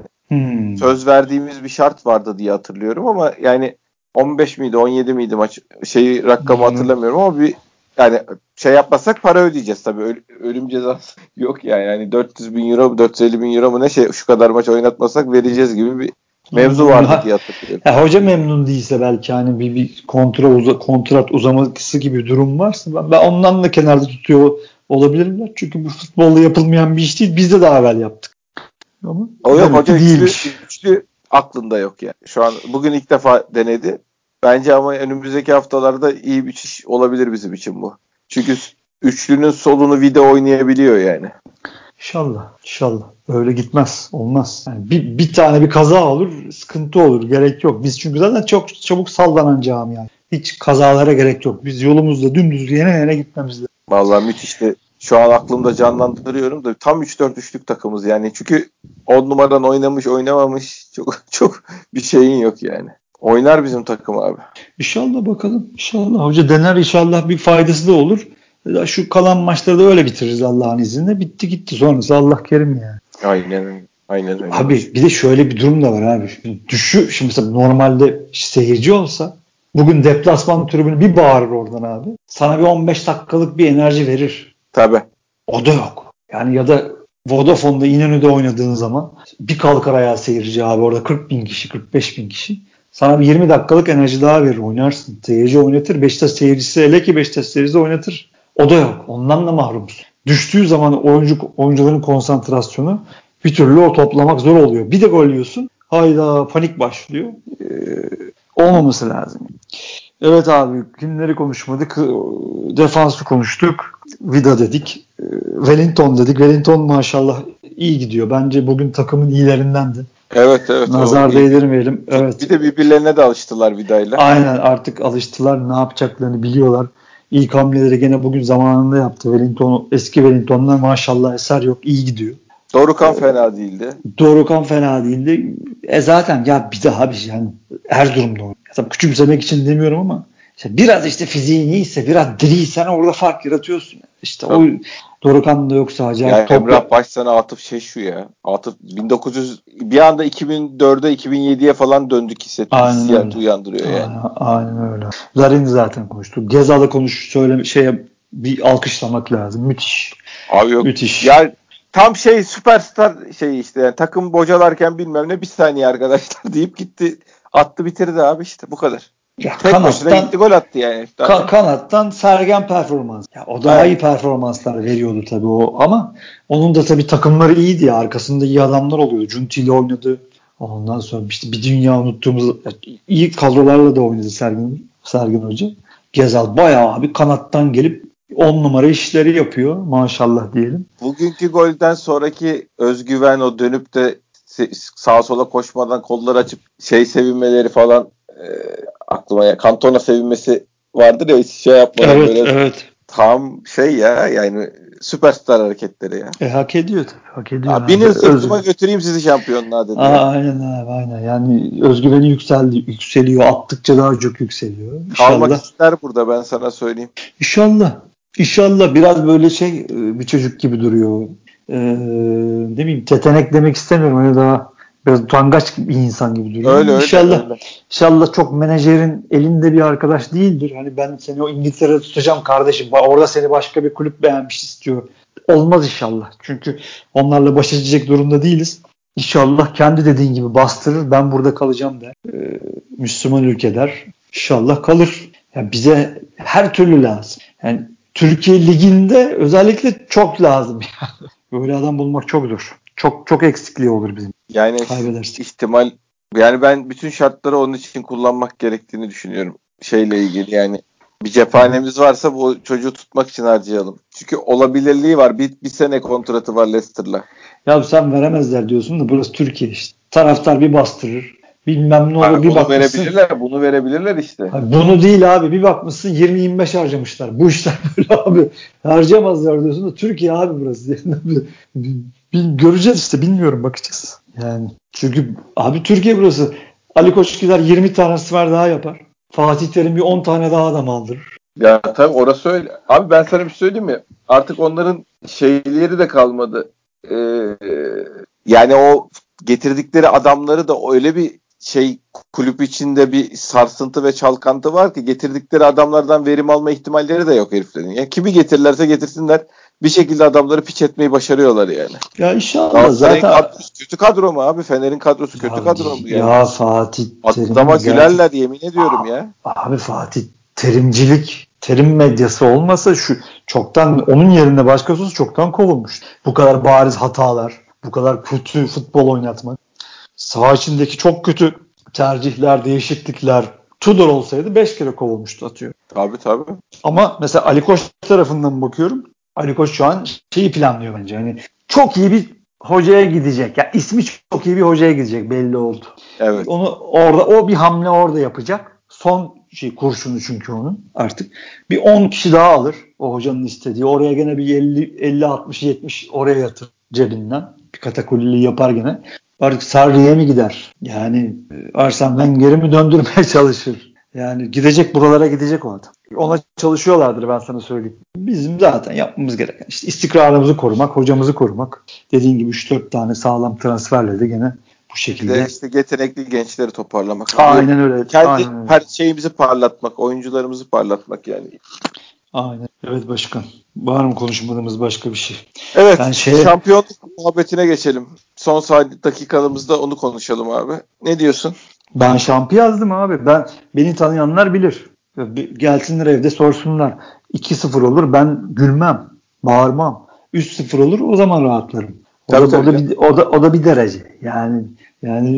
Söz verdiğimiz bir şart vardı diye hatırlıyorum ama yani 15 miydi 17 miydi maç rakamı hatırlamıyorum ama bir yani yapmasak para ödeyeceğiz tabii. Ölüm cezası yok yani 400 bin euro mu 450 bin euro mu ne şu kadar maç oynatmasak vereceğiz gibi bir mevzu vardı diye hatırlıyorum. Ya hoca memnun değilse belki hani bir kontrat uzaması gibi bir durum varsa ben ondan da kenarda tutuyor olabilirler. Çünkü bu futbolda yapılmayan bir iş değil. Biz de daha evvel yaptık. Ama O yok, demek hoca ki değilmiş. üçlü aklında yok yani. Şu an bugün ilk defa denedi. Bence ama önümüzdeki haftalarda iyi bir iş olabilir bizim için bu. Çünkü üçlünün solunu video oynayabiliyor yani. İnşallah. Öyle gitmez. Olmaz. Yani bir tane bir kaza olur, sıkıntı olur. Gerek yok. Biz çünkü zaten çok çabuk sallanan camia. Hiç kazalara gerek yok. Biz yolumuzda dümdüz yene gitmemiz lazım. Vallahi müthişti. Şu an aklımda canlandırıyorum da tam 3-4-3'lük takımız yani. Çünkü 10 numaran oynamış oynamamış çok bir şeyin yok yani. Oynar bizim takım abi. İnşallah bakalım. İnşallah. Hoca dener, inşallah bir faydası da olur. Şu kalan maçları da öyle bitiririz Allah'ın izniyle. Bitti gitti. Sonrası Allah kerim yani. Aynen öyle. Abi bir de şöyle bir durum da var abi. Şimdi mesela normalde seyirci olsa bugün deplasman tribünü bir bağırır oradan abi. Sana bir 15 dakikalık bir enerji verir. Tabii. O da yok. Yani ya da Vodafone'da İnönü'de oynadığın zaman bir kalkar ayağa seyirci abi, orada 40 bin kişi 45 bin kişi. Sana bir 20 dakikalık enerji daha verir, oynarsın. Seyirci oynatır. Beşiktaş seyircisi, hele ki Beşiktaş seyircisi oynatır. O da yok. Ondan da mahrumsun. Düştüğü zaman oyuncuların konsantrasyonu bir türlü o toplamak zor oluyor. Bir de gol yiyorsun. Hayda, panik başlıyor. Olmaması lazım. Evet abi, kimleri konuşmadık? Defansı konuştuk. Vida dedik. Wellington dedik. Wellington maşallah iyi gidiyor. Bence bugün takımın iyilerindendi. Evet. Nazar değdirmeyelim. Evet. Bir de birbirlerine de alıştılar Vida'yla. Aynen, artık alıştılar. Ne yapacaklarını biliyorlar. İlk hamleleri gene bugün zamanında yaptı. Wellington, eski Wellington'dan maşallah eser yok. İyi gidiyor. Dorukhan fena değildi. Dorukhan fena değildi. Zaten ya bir daha bir şey yani Erzurum'da oynuyor. Tabii küçümsemek için demiyorum ama biraz fiziğin iyiyse, biraz diriysen orada fark yaratıyorsun. İşte o Dorukhan da yoksa acayip ya Emrah Başsan'a Atıf ya. Atıf 1900 bir anda 2004'e 2007'ye falan döndük hissiyatı uyandırıyor yani. Aynen öyle. Larin zaten konuştu. Gezal'ı bir alkışlamak lazım. Müthiş. Abi yok. Müthiş. Ya tam süperstar işte yani takım bocalarken bilmem ne bir saniye arkadaşlar deyip gitti. Attı bitirdi abi işte bu kadar. Ya Tek başına gitti gol attı yani. Kanattan Sergen performans. Ya o daha iyi performanslar veriyordu tabii o, ama onun da tabii takımları iyiydi ya. Arkasında iyi adamlar oluyordu. Junti ile oynadı. Ondan sonra işte bir dünya unuttuğumuz iyi kadrolarla da oynadı Sergen Hoca. Gezal bayağı abi kanattan gelip 10 numara işleri yapıyor maşallah diyelim. Bugünkü golden sonraki özgüven, o dönüp de sağa sola koşmadan kolları açıp sevinmeleri falan, aklıma ya Cantona sevinmesi vardır ya, hiç yapmadan Evet, böyle evet. tam ya yani süperstar hareketleri ya. Hak ediyor tabii. Hak ediyor Ya abi. binin sırtıma götüreyim sizi şampiyonluğa dedi ya. Aynen abi, aynen. Yani özgüveni yükseliyor. Attıkça daha çok yükseliyor. Kalmak İnşallah. ister burada, ben sana söyleyeyim. İnşallah. İnşallah biraz böyle bir çocuk gibi duruyor. Ne bileyim, tetenek demek istemiyorum. Öyle daha biraz utangaç bir insan gibi duruyor. Öyle İnşallah. öyle. İnşallah çok menajerin elinde bir arkadaş değildir. Hani ben seni o İngiltere'de tutacağım kardeşim. Orada seni başka bir kulüp beğenmiş istiyor. Olmaz inşallah. Çünkü onlarla baş edecek durumda değiliz. İnşallah kendi dediğin gibi bastırır. Ben burada kalacağım der. Müslüman ülkeler. İnşallah kalır. Yani bize her türlü lazım. Yani Türkiye Ligi'nde özellikle çok lazım. Böyle adam bulmak çok zor. Çok çok eksikliği olur bizim. Yani Kaybedersek. ihtimal, yani ben bütün şartları onun için kullanmak gerektiğini düşünüyorum. Şeyle ilgili yani, bir cephanemiz varsa bu çocuğu tutmak için harcayalım. Çünkü olabilirliği var. Bir sene kontratı var Leicester'la. Ya sen veremezler diyorsun da burası Türkiye işte. Taraftar bir bastırır. Bilmem ne olur, Ha, bir bakmışsın. bunu verebilirler işte. Abi bunu değil abi, bir bakmışsın 20-25 harcamışlar. Bu işler böyle abi. Harcamazlar diyorsun da Türkiye abi burası. Yani göreceğiz işte, bilmiyorum, bakacağız. Yani çünkü abi Türkiye burası. Ali Koç gider 20 tane transfer daha yapar. Fatih Terim bir 10 tane daha adam aldırır. Ya tabii orası öyle. Abi ben sana bir şey söyleyeyim mi? Artık onların şeyleri de kalmadı. Ee, Yani o getirdikleri adamları da öyle bir kulüp içinde bir sarsıntı ve çalkantı var ki, getirdikleri adamlardan verim alma ihtimalleri de yok heriflerin. Yani kimi getirirlerse getirsinler bir şekilde adamları piç etmeyi başarıyorlar yani. Ya inşallah Galatasaray'ın zaten kadrosu kötü kadro mu abi? Fener'in kadrosu kötü ya, kadro mu yani? ya Fatih Adama Terim'in zaten gülerler, yemin ediyorum ya. abi Fatih Terimcilik, terim medyası olmasa şu çoktan onun yerinde başkası olsa çoktan kovulmuş. Bu kadar bariz hatalar, bu kadar kötü futbol oynatmak, saha içindeki çok kötü tercihler, değişiklikler. Tudor olsaydı 5 kere kovulmuştu atıyor. Tabii. Ama mesela Ali Koç tarafından bakıyorum. Ali Koç şu an şeyi planlıyor bence. Hani çok iyi bir hocaya gidecek. Ya ismi çok iyi bir hocaya gidecek, belli oldu. Evet. Onu orada, o bir hamle orada yapacak. Son kurşunu çünkü onun artık. Bir 10 kişi daha alır o hocanın istediği. Oraya gene bir 50 60 70 oraya yatır cebinden. Bir katakulliliği yapar gene. Artık Sarri'ye mi gider? Yani Arsene Wenger'i mi döndürmeye çalışır? Yani gidecek, buralara gidecek o adam. Ona çalışıyorlardır, ben sana söyleyeyim. Bizim zaten yapmamız gereken işte istikrarımızı korumak, hocamızı korumak. Dediğin gibi 3-4 tane sağlam transferle de gene bu Bir de şekilde. işte yetenekli gençleri toparlamak. Aynen öyle. Kendi Aynen öyle. her şeyimizi parlatmak, oyuncularımızı parlatmak yani. Aynen. Evet başkan. Var mı konuşmadığımız başka bir şey? Evet, Ben şampiyonluk muhabbetine geçelim. Son dakikalarımızda onu konuşalım abi. Ne diyorsun? ben şampiyon yazdım abi. Beni tanıyanlar bilir. Gelsinler evde sorsunlar. 2-0 olur, ben gülmem, bağırmam. 3-0 olur, o zaman rahatlarım. Tabii canım. O da bir derece. Yani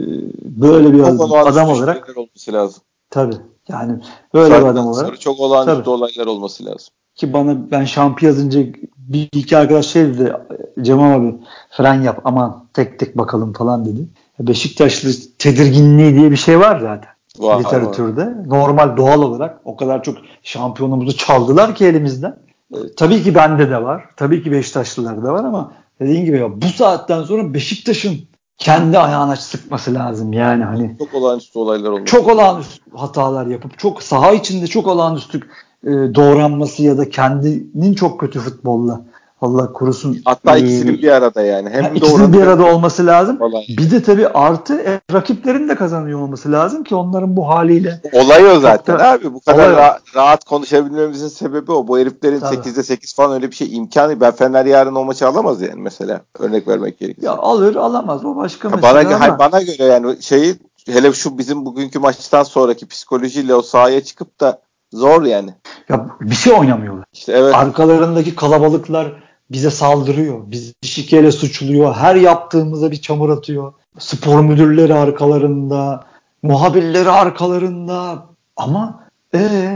böyle bir Çok adam olağanüstü şeyler olarak olması lazım. tabii. Yani Bu böyle bir adam saatten sonra olarak çok tabii. olağanüstü olaylar olması lazım. Ki ben şampiyon yazınca bir iki arkadaş şey dedi. Cemal abi fren yap, aman tek tek bakalım falan dedi. Beşiktaşlı tedirginliği diye bir şey var zaten Var. literatürde. Normal, doğal olarak o kadar çok şampiyonumuzu çaldılar ki elimizden. Tabii ki bende de var. Tabii ki Beşiktaşlılarda da var ama dediğin gibi ya, bu saatten sonra Beşiktaş'ın kendi ayağına sıkması lazım. Yani hani Çok olağanüstü olaylar olması çok lazım. olağanüstü hatalar yapıp çok saha içinde çok olağanüstü doğranması ya da kendinin çok kötü futbolla, Allah korusun, Hatta ikisinin bir arada yani. Hem ikisinin bir doğranıp hem arada olması lazım. falan Bir yani. de tabii artı rakiplerin de kazanıyor olması lazım ki onların bu haliyle Olay o çok zaten da abi. Bu kadar olay o. rahat konuşabilmemizin sebebi o. Bu heriflerin Tabii. 8'de 8 falan öyle bir şey imkanı. Ben Fener yarın o maçı alamaz yani mesela. Örnek vermek Ya gerekirse. alır alamaz, o başka Ya mesele ama bana göre yani hele şu bizim bugünkü maçtan sonraki psikolojiyle o sahaya çıkıp da zor yani. ya bir şey oynamıyorlar. İşte evet. Arkalarındaki kalabalıklar bize saldırıyor. Bizi şikeyle suçluyor. Her yaptığımıza bir çamur atıyor. Spor müdürleri arkalarında, muhabirleri arkalarında. Ama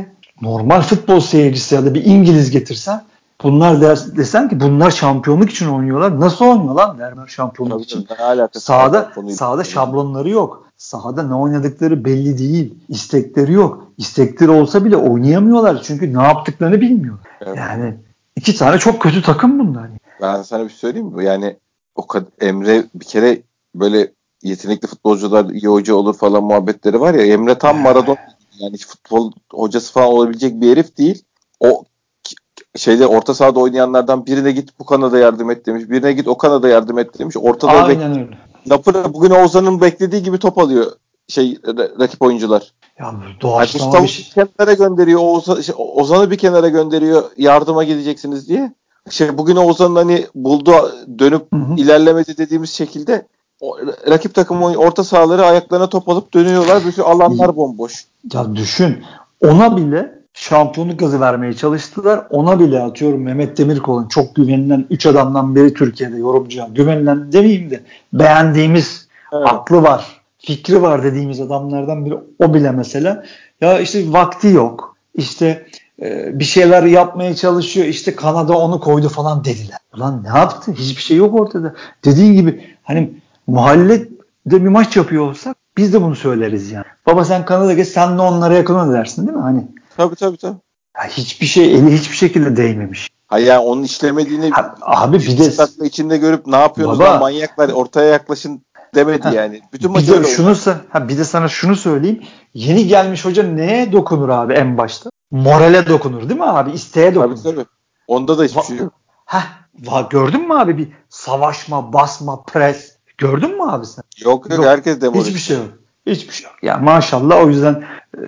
normal futbol seyircisi ya da bir İngiliz getirsen bunlar desen ki bunlar şampiyonluk için oynuyorlar. Nasıl oynuyor lan derler şampiyonluk Tabii için. ne alakası var Sahada, konuyla. sahada şablonları yok. Sahada ne oynadıkları belli değil. İstekleri yok. İstekleri olsa bile oynayamıyorlar. Çünkü ne yaptıklarını bilmiyorlar. Evet. Yani iki tane çok kötü takım bunlar. Ben sana bir şey söyleyeyim mi? Yani o kadar Emre bir kere böyle yetenekli futbolcular iyi hoca olur falan muhabbetleri var ya. Emre tam Maradona, yani futbol hocası falan olabilecek bir herif değil. O şeyde orta sahada oynayanlardan birine git bu kanada yardım et demiş. Birine git o kanada yardım et demiş. Ortada Aynen öyle. Napoli bugün Oğuzhan'ın beklediği gibi top alıyor rakip oyuncular. Ya Yani doğaçlama Mustafa bir bir şey. kenara gönderiyor, Ozan'ı bir kenara gönderiyor yardıma gideceksiniz diye. Bugün Ozan'ın hani buldu dönüp Hı hı. ilerlemedi dediğimiz şekilde rakip takımın orta sahaları ayaklarına top alıp dönüyorlar. Bütün alanlar bomboş. Ya düşün. Ona bile şampiyonluk gazı vermeye çalıştılar. Ona bile atıyorum Mehmet Demirkol'un çok güvenilen 3 adamdan biri Türkiye'de yorumcuya. Güvenilen demeyeyim de beğendiğimiz Evet. aklı var, fikri var dediğimiz adamlardan biri. O bile mesela ya işte vakti yok. İşte bir şeyler yapmaya çalışıyor. İşte Kanada onu koydu falan dediler. Ulan ne yaptı? Hiçbir şey yok ortada. Dediğin gibi hani mahallede bir maç yapıyor olsak biz de bunu söyleriz yani. Baba sen Kanada geç sen de onlara yakın ol dersin değil mi? Hani Tabii. ya hiçbir şey eli hiçbir şekilde değmemiş. Hayır yani onun işlemediğini Abi bir de 3 dakika içinde görüp ne yapıyorsunuz lan baba manyaklar ortaya yaklaşın demedi yani. Bütün bir maç de öyle oldu. bir de sana şunu söyleyeyim. Yeni gelmiş hoca neye dokunur abi en başta? Morale dokunur değil mi abi? İsteğe dokunur. Tabii. Onda da hiçbir şey yok. Gördün mü abi bir savaşma, basma, pres? Gördün mü abi sen? Yok Yok. herkes demoralize. Hiçbir şey yok. Hiçbir şey yok. Ya maşallah o yüzden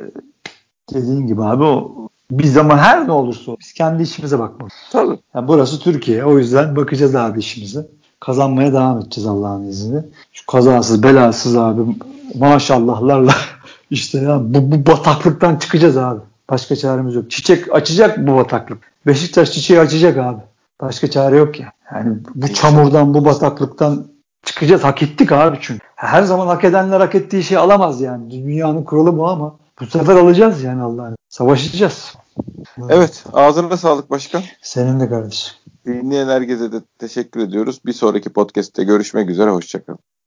dediğin gibi abi o bir zaman her ne olursa biz kendi işimize bakmalıyız. Tabii. Yani burası Türkiye. O yüzden bakacağız abi işimize. Kazanmaya devam edeceğiz Allah'ın izniyle. Şu kazasız belasız abi maşallahlarla işte ya bu bataklıktan çıkacağız abi. Başka çaremiz yok. Çiçek açacak bu bataklık. Beşiktaş çiçeği açacak abi. Başka çare yok ya. Yani bu çamurdan, bu bataklıktan çıkacağız. Hak ettik abi çünkü. Her zaman hak edenler hak ettiği şeyi alamaz yani. Dünyanın kuralı bu ama bu sefer alacağız yani Allah'ın. Savaşacağız. Evet, ağzına sağlık başkan. Senin de kardeşim. Dinleyen herkese de teşekkür ediyoruz. Bir sonraki podcast'te görüşmek üzere, hoşçakalın.